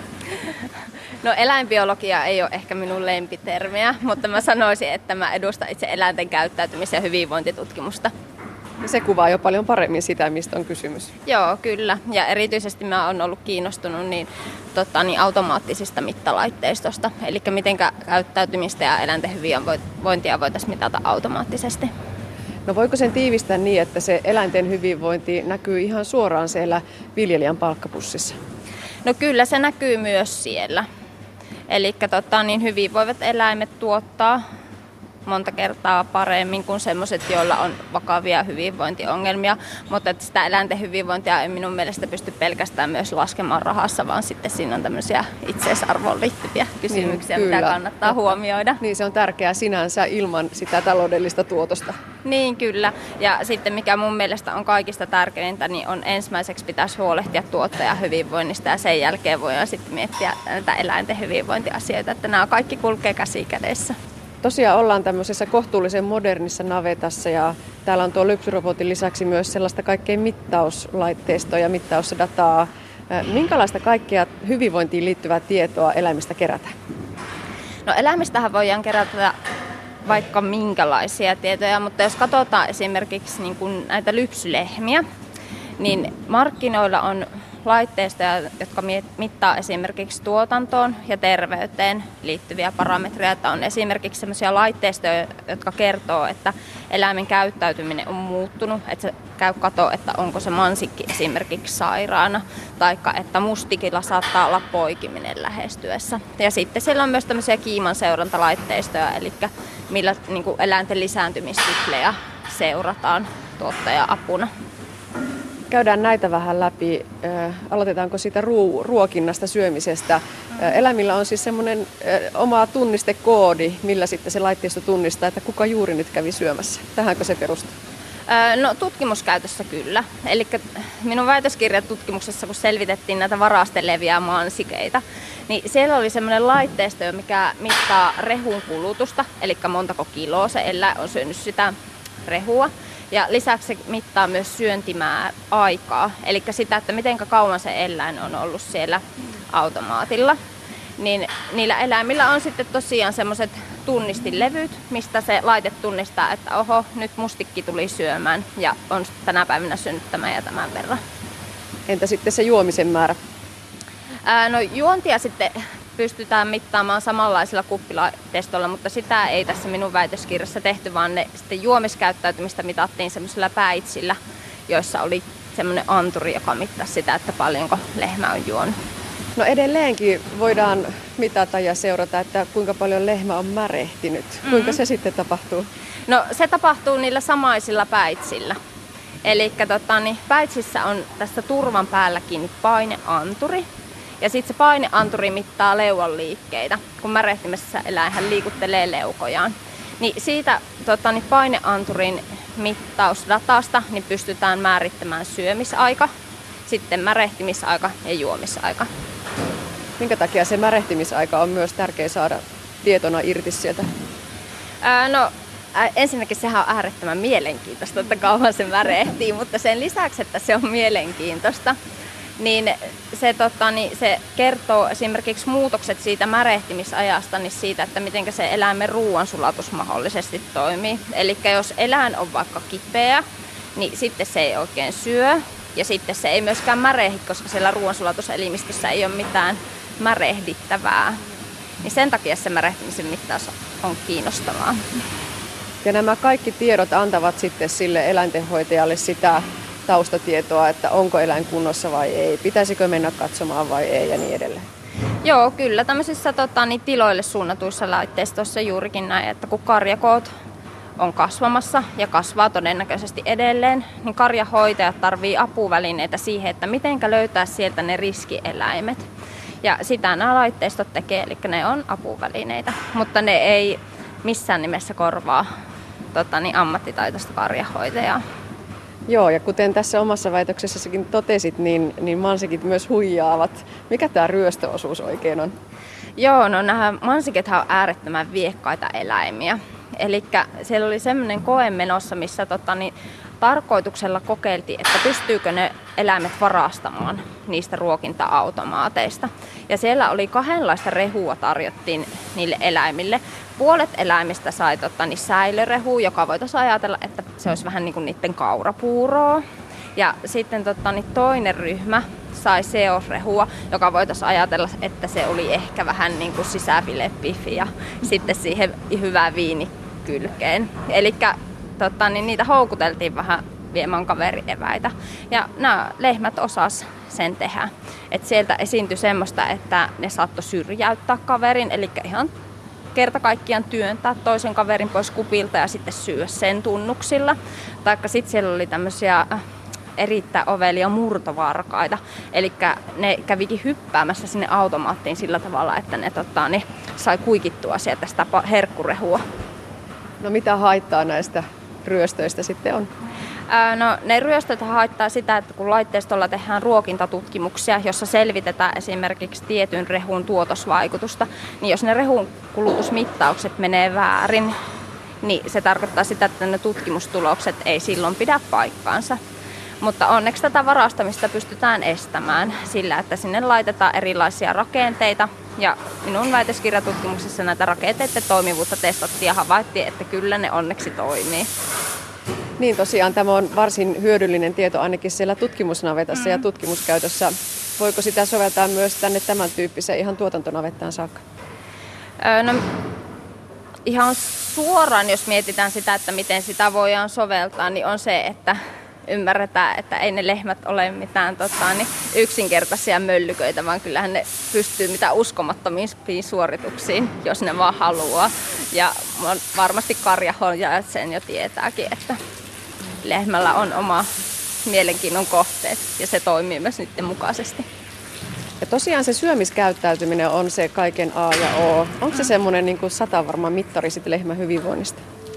No eläinbiologia ei ole ehkä minun lempitermiä, mutta mä sanoisin, että mä edustan itse eläinten käyttäytymis- ja hyvinvointitutkimusta. Se kuvaa jo paljon paremmin sitä, mistä on kysymys. Joo, kyllä. Ja erityisesti mä oon ollut kiinnostunut niin automaattisista mittalaitteistosta. Eli miten käyttäytymistä ja eläinten hyvinvointia voitaisiin mitata automaattisesti. No voiko sen tiivistää niin, että se eläinten hyvinvointi näkyy ihan suoraan siellä viljelijän palkkapussissa? No kyllä se näkyy myös siellä. Eli hyvinvoivat eläimet tuottaa monta kertaa paremmin kuin sellaiset, joilla on vakavia hyvinvointiongelmia. Mutta että sitä eläinten hyvinvointia ei minun mielestä pysty pelkästään myös laskemaan rahassa, vaan sitten siinä on tämmöisiä itseisarvoon liittyviä kysymyksiä, niin, mitä kannattaa huomioida. Niin, se on tärkeää sinänsä ilman sitä taloudellista tuotosta. Niin, kyllä. Ja sitten mikä mun mielestä on kaikista tärkeintä, niin on ensimmäiseksi pitäisi huolehtia tuottajan hyvinvoinnista ja sen jälkeen voidaan sitten miettiä näitä eläinten hyvinvointiasioita, että nämä kaikki kulkee käsi kädessä. Tosiaan ollaan tämmöisessä kohtuullisen modernissa navetassa ja täällä on tuo lypsyrobotin lisäksi myös sellaista kaikkein mittauslaitteistoa ja mittausdataa. Minkälaista kaikkea hyvinvointiin liittyvää tietoa eläimistä kerätään? No eläimistähän voidaan kerätä vaikka minkälaisia tietoja, mutta jos katsotaan esimerkiksi niin kuin näitä lypsylehmiä, niin markkinoilla on laitteistoja, jotka mittaa esimerkiksi tuotantoon ja terveyteen liittyviä parametreja. Että on esimerkiksi sellaisia laitteistoja, jotka kertoo, että eläimen käyttäytyminen on muuttunut, että se käy katsoa, että onko se mansikki esimerkiksi sairaana, tai että mustikilla saattaa olla poikiminen lähestyessä. Ja sitten siellä on myös tämmöisiä kiiman seurantalaitteistoja, eli millä niin kuin eläinten lisääntymissyklejä seurataan tuottaja-apuna. Käydään näitä vähän läpi. Aloitetaanko siitä ruokinnasta, syömisestä? Eläimillä on siis semmoinen oma tunnistekoodi, millä sitten se laitteisto tunnistaa, että kuka juuri nyt kävi syömässä. Tähänkö se perustuu? No tutkimuskäytössä kyllä. Eli minun väitöskirjatutkimuksessa, kun selvitettiin näitä varasteleviä mansikeita, niin siellä oli semmoinen laitteisto, mikä mittaa rehun kulutusta, eli montako kiloa se eläin on syönyt sitä rehua. Ja lisäksi se mittaa myös syöntimäärä-aikaa, eli sitä, että miten kauan se eläin on ollut siellä automaatilla. Niin niillä eläimillä on sitten tosiaan semmoiset tunnistilevyt, mistä se laite tunnistaa, että oho, nyt mustikki tuli syömään ja on tänä päivänä syönyt tämän ja tämän verran. Entä sitten se juomisen määrä? No juontia sitten pystytään mittaamaan samanlaisilla kuppilaitteistoilla, mutta sitä ei tässä minun väitöskirjassa tehty, vaan ne sitten juomiskäyttäytymistä mitattiin semmoisilla päitsillä, joissa oli semmoinen anturi, joka mittasi sitä, että paljonko lehmä on juonut. No edelleenkin voidaan mitata ja seurata, että kuinka paljon lehmä on märehtinyt. Kuinka se sitten tapahtuu? No se tapahtuu niillä samaisilla päitsillä. Eli päitsissä on tässä turvan päälläkin paineanturi. Ja sitten se paineanturi mittaa leuan liikkeitä, kun märehtimessä eläinhän liikuttelee leukojaan. Niin siitä paineanturin mittausdatasta niin pystytään määrittämään syömisaika, sitten märehtimisaika ja juomisaika. Minkä takia se märehtimisaika on myös tärkeä saada tietona irti sieltä? Ensinnäkin sehän on äärettömän mielenkiintoista, että kauan se märehtii, mutta sen lisäksi, että se on mielenkiintoista, niin se kertoo esimerkiksi muutokset siitä märehtimisajasta, niin siitä, että miten se eläimen ruoansulatus mahdollisesti toimii. Eli jos eläin on vaikka kipeä, niin sitten se ei oikein syö ja sitten se ei myöskään märehdi, koska siellä ruoansulatuselimistössä ei ole mitään märehdittävää. Niin sen takia se märehtimisen mittaus on kiinnostavaa. Ja nämä kaikki tiedot antavat sitten sille eläintenhoitajalle sitä taustatietoa, että onko eläin kunnossa vai ei, pitäisikö mennä katsomaan vai ei ja niin edelleen? Joo, kyllä tämmöisissä tiloille suunnatuissa laitteistoissa juurikin näin, että kun karjakoot on kasvamassa ja kasvaa todennäköisesti edelleen, niin karjahoitajat tarvii apuvälineitä siihen, että mitenkä löytää sieltä ne riskieläimet. Ja sitä nämä laitteistot tekee, eli ne on apuvälineitä, mutta ne ei missään nimessä korvaa ammattitaitoista karjahoitajaa. Joo, ja kuten tässä omassa väitöksessäkin totesit, niin mansikit myös huijaavat. Mikä tämä ryöstöosuus oikein on? Joo, no nämä mansikethan on äärettömän viekkaita eläimiä. Eli siellä oli semmoinen koe menossa, missä tarkoituksella kokeiltiin, että pystyykö ne eläimet varastamaan niistä ruokinta-automaateista. Ja siellä oli kahdenlaista rehua tarjottiin niille eläimille. Puolet eläimistä sai säilörehua, joka voitaisiin ajatella, että se olisi vähän niin kuin niiden kaurapuuroa. Ja sitten toinen ryhmä sai seosrehua, joka voitaisiin ajatella, että se oli ehkä vähän niin kuin sisäfilepiffi ja sitten siihen hyvää viinikylkeen. Eli niitä houkuteltiin vähän viemään kaverieväitä. Ja nämä lehmät osas sen tehdä. Et sieltä esiintyi semmoista, että ne saattoi syrjäyttää kaverin, eli ihan kerta kaikkiaan työntää toisen kaverin pois kupilta ja sitten syödä sen tunnuksilla. Taikka sitten siellä oli tämmöisiä erittäin ovelia murtovarkaita. Eli ne kävikin hyppäämässä sinne automaattiin sillä tavalla, että ne sai kuikittua sieltä sitä herkkurehua. No mitä haittaa näistä ryöstöistä sitten on? No, ne ryöstöt haittaa sitä, että kun laitteistolla tehdään ruokintatutkimuksia, jossa selvitetään esimerkiksi tietyn rehun tuotosvaikutusta, niin jos ne rehun kulutusmittaukset menee väärin, niin se tarkoittaa sitä, että ne tutkimustulokset ei silloin pidä paikkaansa. Mutta onneksi tätä varastamista pystytään estämään sillä, että sinne laitetaan erilaisia rakenteita. Ja minun väitöskirjatutkimuksessa näitä rakenteiden toimivuutta testattiin ja havaittiin, että kyllä ne onneksi toimii. Niin tosiaan tämä on varsin hyödyllinen tieto ainakin siellä tutkimusnavetassa ja tutkimuskäytössä. Voiko sitä soveltaa myös tänne tämän tyyppiseen ihan tuotantonavettaan saakka? No, ihan suoraan, jos mietitään sitä, että miten sitä voidaan soveltaa, niin on se, että ymmärretään, että ei ne lehmät ole mitään yksinkertaisia möllyköitä, vaan kyllähän ne pystyy mitä uskomattomiin suorituksiin, jos ne vaan haluaa. Ja varmasti karjahoitajat sen jo tietääkin, että lehmällä on oma mielenkiinnon kohteet ja se toimii myös niiden mukaisesti. Ja tosiaan se syömiskäyttäytyminen on se kaiken A ja O. Onko se semmoinen niin kuin satavarma mittari sitten lehmän hyvinvoinnista?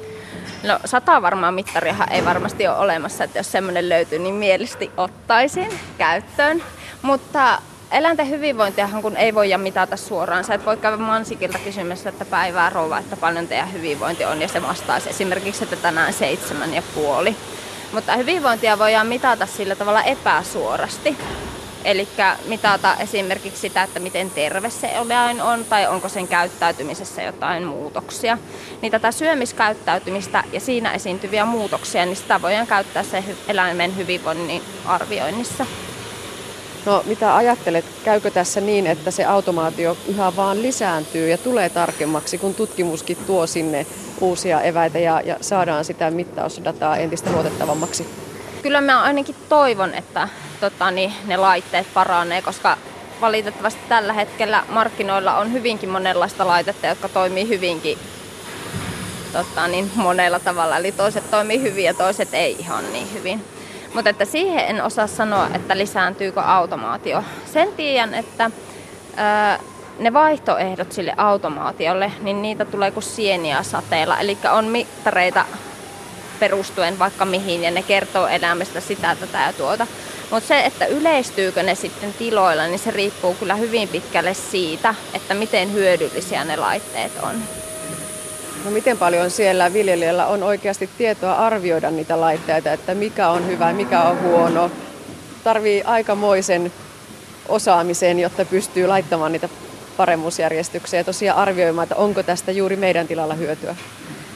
No 100 varmaan mittariahan ei varmasti ole olemassa, että jos semmoinen löytyy, niin mielestäni ottaisin käyttöön. Mutta eläinten hyvinvointiahan kun ei voida mitata suoraan. Sä et voi käydä mansikilta kysymässä, että päivää rouva, että paljon teidän hyvinvointi on ja se vastaisi esimerkiksi, että tänään 7,5. Mutta hyvinvointia voidaan mitata sillä tavalla epäsuorasti. Eli mitata esimerkiksi sitä, että miten terve se eläin on tai onko sen käyttäytymisessä jotain muutoksia. Niin tätä syömiskäyttäytymistä ja siinä esiintyviä muutoksia, niin sitä voidaan käyttää se eläimen hyvinvoinnin arvioinnissa. No mitä ajattelet, käykö tässä niin, että se automaatio yhä vaan lisääntyy ja tulee tarkemmaksi, kun tutkimuskin tuo sinne uusia eväitä ja saadaan sitä mittausdataa entistä luotettavammaksi? Kyllä mä ainakin toivon, että ne laitteet paranee, koska valitettavasti tällä hetkellä markkinoilla on hyvinkin monenlaista laitetta, jotka toimii hyvinkin monella tavalla. Eli toiset toimii hyvin ja toiset ei ihan niin hyvin. Mutta että siihen en osaa sanoa, että lisääntyykö automaatio. Sen tiedän, että ne vaihtoehdot sille automaatiolle, niin niitä tulee kuin sieniä sateella. Eli on mittareita perustuen vaikka mihin ja ne kertoo elämästä sitä, tätä ja tuota. Mutta se, että yleistyykö ne sitten tiloilla, niin se riippuu kyllä hyvin pitkälle siitä, että miten hyödyllisiä ne laitteet on. No miten paljon siellä viljelijällä on oikeasti tietoa arvioida niitä laitteita, että mikä on hyvä, mikä on huono. Tarvii aikamoisen osaamisen, jotta pystyy laittamaan niitä paremmuusjärjestykseen ja tosiaan arvioimaan, että onko tästä juuri meidän tilalla hyötyä.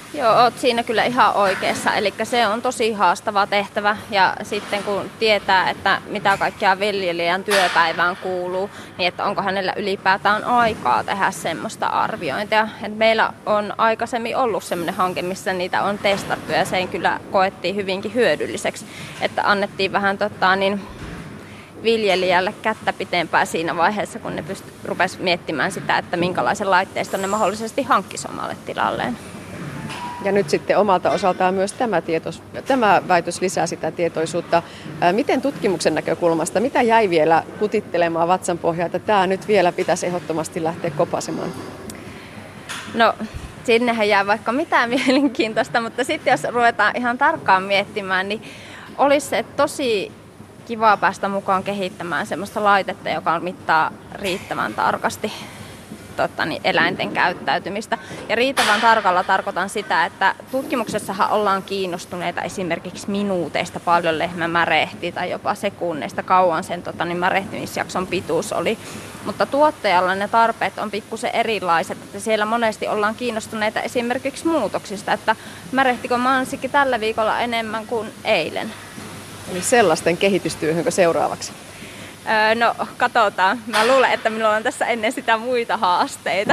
Joo, oot siinä kyllä ihan oikeassa. Eli se on tosi haastava tehtävä ja sitten kun tietää, että mitä kaikkea viljelijän työpäivään kuuluu, niin että onko hänellä ylipäätään aikaa tehdä semmoista arviointia. Et meillä on aikaisemmin ollut semmoinen hanke, missä niitä on testattu ja sen kyllä koettiin hyvinkin hyödylliseksi, että annettiin vähän viljelijälle kättä pitempää siinä vaiheessa, kun ne rupesi miettimään sitä, että minkälaisen laitteiston ne mahdollisesti hankkisi omalle tilalleen. Ja nyt sitten omalta osaltaan myös tämä väitös lisää sitä tietoisuutta. Miten tutkimuksen näkökulmasta, mitä jäi vielä kutittelemaan vatsan pohjaa, että tämä nyt vielä pitäisi ehdottomasti lähteä kopasemaan? No, sinnehän jää vaikka mitään mielenkiintoista, mutta sitten jos ruvetaan ihan tarkkaan miettimään, niin olisi se tosi kiva päästä mukaan kehittämään semmoista laitetta, joka mittaa riittävän tarkasti eläinten käyttäytymistä. Ja riittävän tarkalla tarkoitan sitä, että tutkimuksessahan ollaan kiinnostuneita esimerkiksi minuuteista, paljon lehmä märehti tai jopa sekunneista kauan sen märehtimisjakson pituus oli. Mutta tuottajalla ne tarpeet on pikkusen erilaiset, että siellä monesti ollaan kiinnostuneita esimerkiksi muutoksista, että märehtikö mansikki tällä viikolla enemmän kuin eilen. Eli sellaisten kehitystyöhönkö seuraavaksi? No, katsotaan. Mä luulen, että minulla on tässä ennen sitä muita haasteita.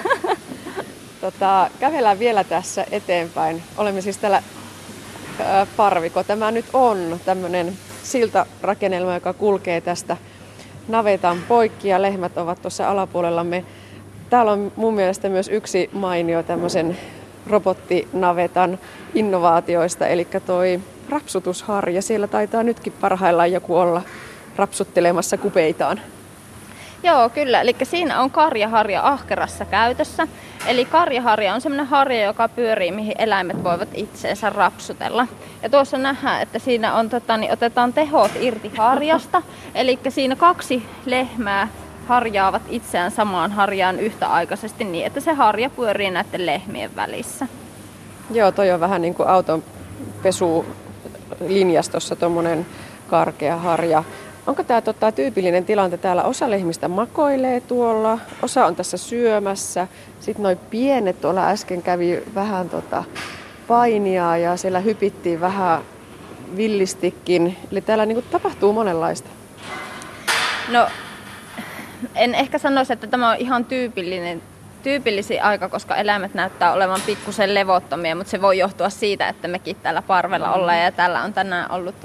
Kävellään vielä tässä eteenpäin. Olemme siis täällä parviko. Tämä nyt on tämmöinen siltarakennelma, joka kulkee tästä navetan poikki ja lehmät ovat tuossa alapuolellamme. Täällä on mun mielestä myös yksi mainio tämmöisen robottinavetan innovaatioista, eli toi rapsutusharja. Siellä taitaa nytkin parhaillaan joku olla rapsuttelemassa kupeitaan. Joo, kyllä. Eli siinä on karjaharja ahkerassa käytössä. Eli karjaharja on semmoinen harja, joka pyörii, mihin eläimet voivat itseensä rapsutella. Ja tuossa nähdään, että siinä on, otetaan tehot irti harjasta. Eli siinä 2 lehmää harjaavat itseään samaan harjaan yhtäaikaisesti niin, että se harja pyörii näiden lehmien välissä. Joo, toi on vähän niin kuin autonpesulinjastossa tuommoinen karkea harja. Onko tämä tyypillinen tilanne täällä? Osa lehmistä makoilee tuolla, osa on tässä syömässä. Sitten noi pienet tuolla äsken kävi vähän painia ja siellä hypittiin vähän villistikin. Eli täällä niin kuin tapahtuu monenlaista. No, en ehkä sanoisi, että tämä on ihan tyypillisin aika, koska eläimet näyttää olevan pikkusen levottomia, mutta se voi johtua siitä, että mekin täällä parvella ollaan ja täällä on tänään ollut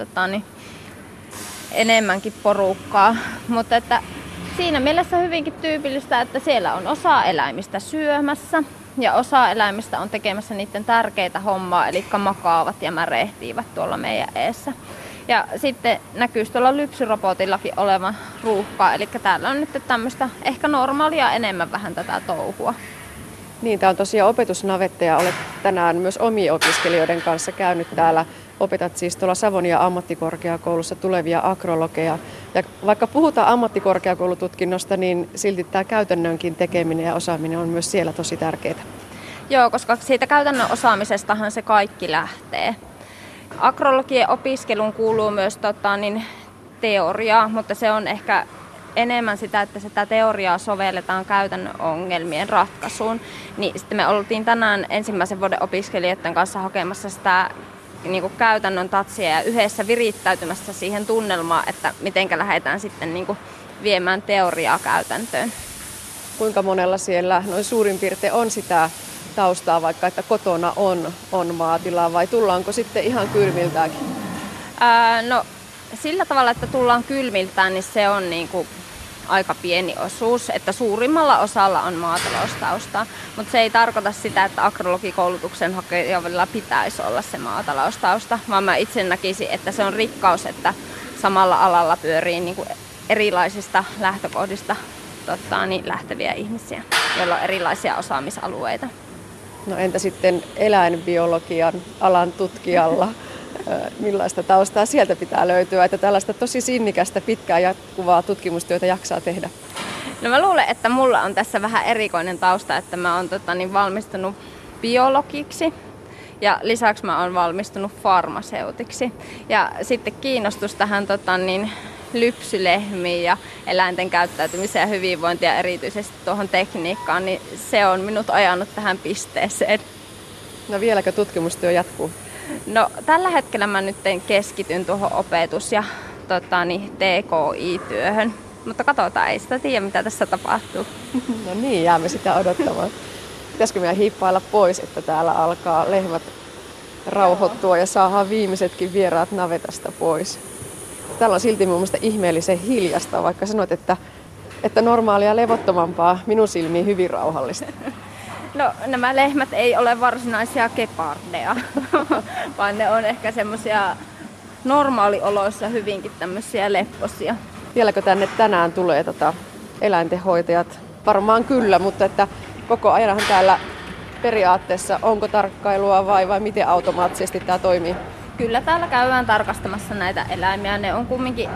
enemmänkin porukkaa, mutta että siinä mielessä hyvinkin tyypillistä, että siellä on osa eläimistä syömässä ja osa eläimistä on tekemässä niiden tärkeitä hommaa, eli makaavat ja märehtiivät tuolla meidän eessä. Ja sitten näkyy tuolla lypsyrobotillakin olevan ruuhkaa, eli täällä on nyt tämmöistä ehkä normaalia enemmän vähän tätä touhua. Niin, tämä on tosiaan opetusnavetta ja olet tänään myös omien opiskelijoiden kanssa käynyt täällä. Opetat siis tuolla Savonia ammattikorkeakoulussa tulevia agrologeja. Ja vaikka puhutaan ammattikorkeakoulututkinnosta, niin silti tämä käytännönkin tekeminen ja osaaminen on myös siellä tosi tärkeää. Joo, koska siitä käytännön osaamisestahan se kaikki lähtee. Agrologien opiskeluun kuuluu myös teoriaa, mutta se on ehkä enemmän sitä, että sitä teoriaa sovelletaan käytännön ongelmien ratkaisuun. Niin sitten me oltiin tänään ensimmäisen vuoden opiskelijoiden kanssa hakemassa sitä niin kuin käytännön tatsia ja yhdessä virittäytymässä siihen tunnelmaan, että mitenkä lähdetään sitten niin kuin viemään teoriaa käytäntöön. Kuinka monella siellä noin suurin piirtein on sitä taustaa, vaikka että kotona on maatilaa, vai tullaanko sitten ihan kylmiltäänkin? No sillä tavalla, että tullaan kylmiltään, niin se on niin kuin aika pieni osuus, että suurimmalla osalla on maataloustaustaa, mutta se ei tarkoita sitä, että agrologikoulutuksen hakijalla pitäisi olla se maataloustausta, vaan mä itse näkisin, että se on rikkaus, että samalla alalla pyörii niin kuin erilaisista lähtökohdista lähteviä ihmisiä, joilla on erilaisia osaamisalueita. No entä sitten eläinbiologian alan tutkijalla? Millaista taustaa sieltä pitää löytyä, että tällaista tosi sinnikästä pitkään jatkuvaa tutkimustyötä jaksaa tehdä? No mä luulen, että mulla on tässä vähän erikoinen tausta, että mä oon valmistunut biologiksi ja lisäksi mä oon valmistunut farmaseutiksi. Ja sitten kiinnostus tähän lypsylehmiin ja eläinten käyttäytymiseen ja hyvinvointiin ja erityisesti tuohon tekniikkaan, niin se on minut ajanut tähän pisteeseen. No vieläkö tutkimustyö jatkuu? No tällä hetkellä mä nyt keskityn tuohon opetus- ja TKI-työhön. Mutta katsotaan, ei sitä tiedä mitä tässä tapahtuu. No niin, jäämme sitä odottamaan. Pitäisikö meidän hiippailla pois, että täällä alkaa lehmät rauhoittua ja saadaan viimeisetkin vieraat navetasta pois. Täällä on silti mun mielestä ihmeellisen hiljasta, vaikka sanoit, että normaalia levottomampaa, minun silmiin hyvin rauhallista. No nämä lehmät ei ole varsinaisia gepardeja, vaan ne on ehkä semmoisia normaalioloissa hyvinkin tämmöisiä lepposia. Vieläkö tänne tänään tulee eläintenhoitajat? Varmaan kyllä, mutta että koko ajanhan täällä periaatteessa onko tarkkailua vai miten automaattisesti tämä toimii? Kyllä täällä käydään tarkastamassa näitä eläimiä. Ne on kumminkin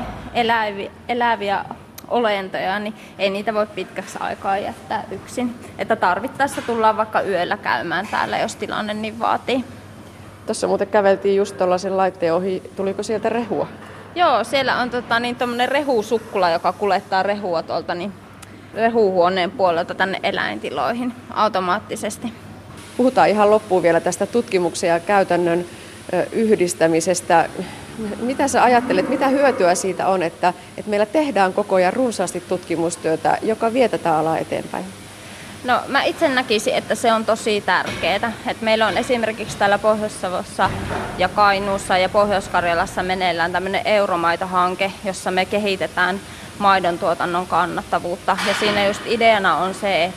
eläviä olentoja, niin ei niitä voi pitkäksi aikaa jättää yksin. Että tarvittaessa tullaan vaikka yöllä käymään täällä, jos tilanne niin vaatii. Tuossa muuten käveltiin just tuollaisen laitteen ohi. Tuliko sieltä rehua? Joo, siellä on tuommoinen rehusukkula, joka kuljettaa rehua tuolta rehuhuoneen puolelta tänne eläintiloihin automaattisesti. Puhutaan ihan loppuun vielä tästä tutkimuksen ja käytännön yhdistämisestä. Mitä sä ajattelet, mitä hyötyä siitä on, että meillä tehdään koko ajan runsaasti tutkimustyötä, joka vie tätä alaa eteenpäin? No mä itse näkisin, että se on tosi tärkeää. Että meillä on esimerkiksi täällä Pohjois-Savossa ja Kainuussa ja Pohjois-Karjalassa meneillään tämmöinen Euromaito-hanke, jossa me kehitetään maidon tuotannon kannattavuutta. Ja siinä just ideana on se,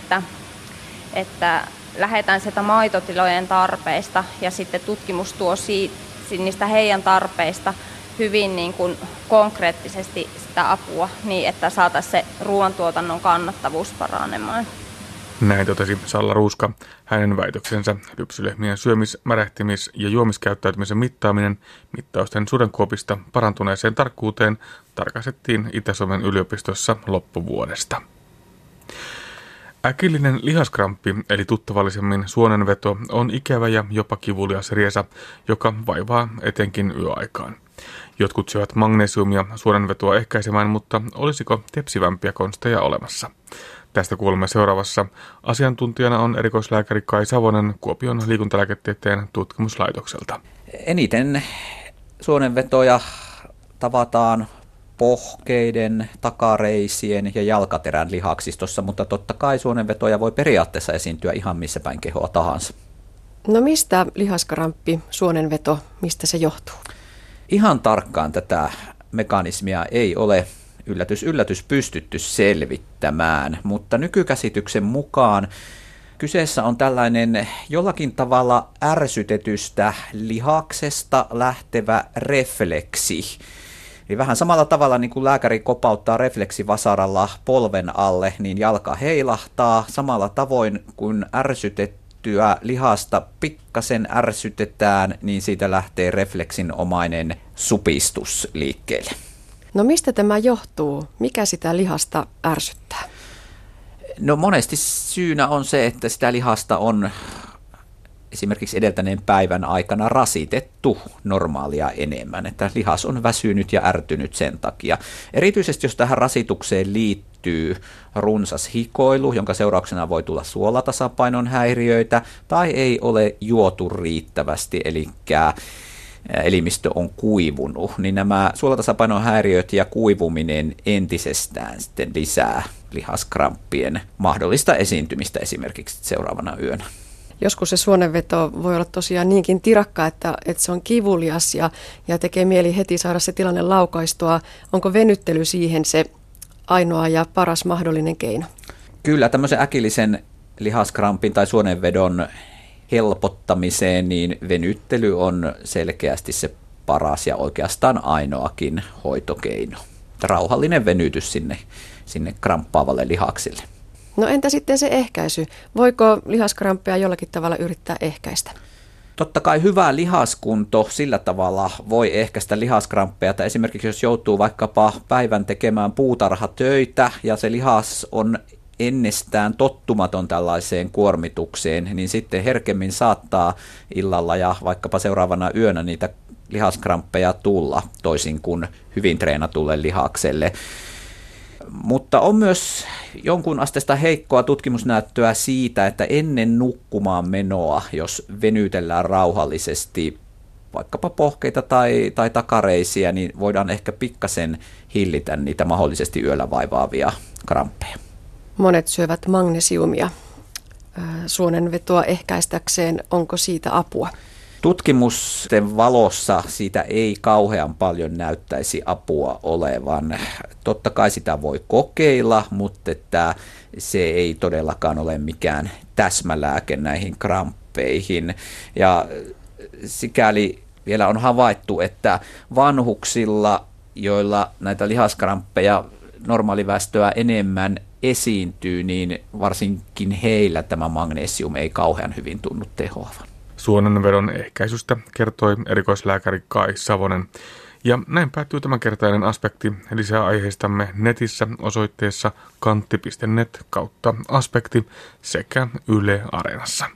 että lähdetään sieltä maitotilojen tarpeista ja sitten tutkimus tuo niistä heidän tarpeista hyvin niin kuin konkreettisesti sitä apua niin, että saataisiin se ruoantuotannon kannattavuus paranemaan. Näin totesi Salla Ruuska. Hänen väitöksensä lypsylehmien syömis-, märehtimis- ja juomiskäyttäytymisen mittaaminen mittausten sudenkuopista parantuneeseen tarkkuuteen tarkastettiin Itä-Suomen yliopistossa loppuvuodesta. Äkillinen lihaskramppi, eli tuttavallisemmin suonenveto, on ikävä ja jopa kivulias riesa, joka vaivaa etenkin yöaikaan. Jotkut syövät magnesiumia suonenvetoa ehkäisemään, mutta olisiko tepsivämpiä konsteja olemassa? Tästä kuulemme seuraavassa. Asiantuntijana on erikoislääkäri Kai Savonen Kuopion liikuntalääketieteen tutkimuslaitokselta. Eniten suonenvetoja tavataan pohkeiden, takareisien ja jalkaterän lihaksistossa, mutta totta kai suonenvetoja voi periaatteessa esiintyä ihan missä päin kehoa tahansa. No mistä lihaskramppi, suonenveto, mistä se johtuu? Ihan tarkkaan tätä mekanismia ei ole yllätys pystytty selvittämään, mutta nykykäsityksen mukaan kyseessä on tällainen jollakin tavalla ärsytetystä lihaksesta lähtevä refleksi. Eli vähän samalla tavalla niin kuin lääkäri kopauttaa refleksivasaralla polven alle, niin jalka heilahtaa samalla tavoin kuin ärsytettyä lihasta pikkasen ärsytetään, niin siitä lähtee refleksinomainen supistus liikkeelle. No mistä tämä johtuu? Mikä sitä lihasta ärsyttää? No monesti syynä on se, että sitä lihasta on esimerkiksi edeltäneen päivän aikana rasitettu normaalia enemmän, että lihas on väsynyt ja ärtynyt sen takia. Erityisesti jos tähän rasitukseen liittyy runsas hikoilu, jonka seurauksena voi tulla suolatasapainon häiriöitä, tai ei ole juotu riittävästi, eli elimistö on kuivunut, niin nämä suolatasapainon häiriöt ja kuivuminen entisestään sitten lisää lihaskramppien mahdollista esiintymistä esimerkiksi seuraavana yönä. Joskus se suonenveto voi olla tosiaan niinkin tirakka, että se on kivulias ja tekee mieli heti saada se tilanne laukaistua. Onko venyttely siihen se ainoa ja paras mahdollinen keino? Kyllä, tämmöisen äkillisen lihaskrampin tai suonenvedon helpottamiseen niin venyttely on selkeästi se paras ja oikeastaan ainoakin hoitokeino. Rauhallinen venytys sinne kramppaavalle lihaksille. No entä sitten se ehkäisy? Voiko lihaskramppia jollakin tavalla yrittää ehkäistä? Totta kai hyvä lihaskunto sillä tavalla voi ehkäistä lihaskramppeja, että esimerkiksi jos joutuu vaikkapa päivän tekemään puutarhatöitä ja se lihas on ennestään tottumaton tällaiseen kuormitukseen, niin sitten herkemmin saattaa illalla ja vaikkapa seuraavana yönä niitä lihaskramppeja tulla toisin kuin hyvin treenatulle lihakselle. Mutta on myös jonkun asteista heikkoa tutkimusnäyttöä siitä, että ennen nukkumaan menoa, jos venytellään rauhallisesti vaikkapa pohkeita tai takareisiä, niin voidaan ehkä pikkasen hillitä niitä mahdollisesti yöllä vaivaavia kramppeja. Monet syövät magnesiumia suonenvetoa ehkäistäkseen. Onko siitä apua? Tutkimusten valossa siitä ei kauhean paljon näyttäisi apua olevan. Totta kai sitä voi kokeilla, mutta että se ei todellakaan ole mikään täsmälääke näihin kramppeihin. Ja sikäli vielä on havaittu, että vanhuksilla, joilla näitä lihaskramppeja normaaliväestöä enemmän esiintyy, niin varsinkin heillä tämä magnesium ei kauhean hyvin tunnu tehoavan. Suonenvedon ehkäisystä kertoi erikoislääkäri Kai Savonen. Ja näin päättyy tämänkertainen aspekti. Lisää aiheistamme netissä osoitteessa kantti.net/aspekti sekä Yle Areenassa.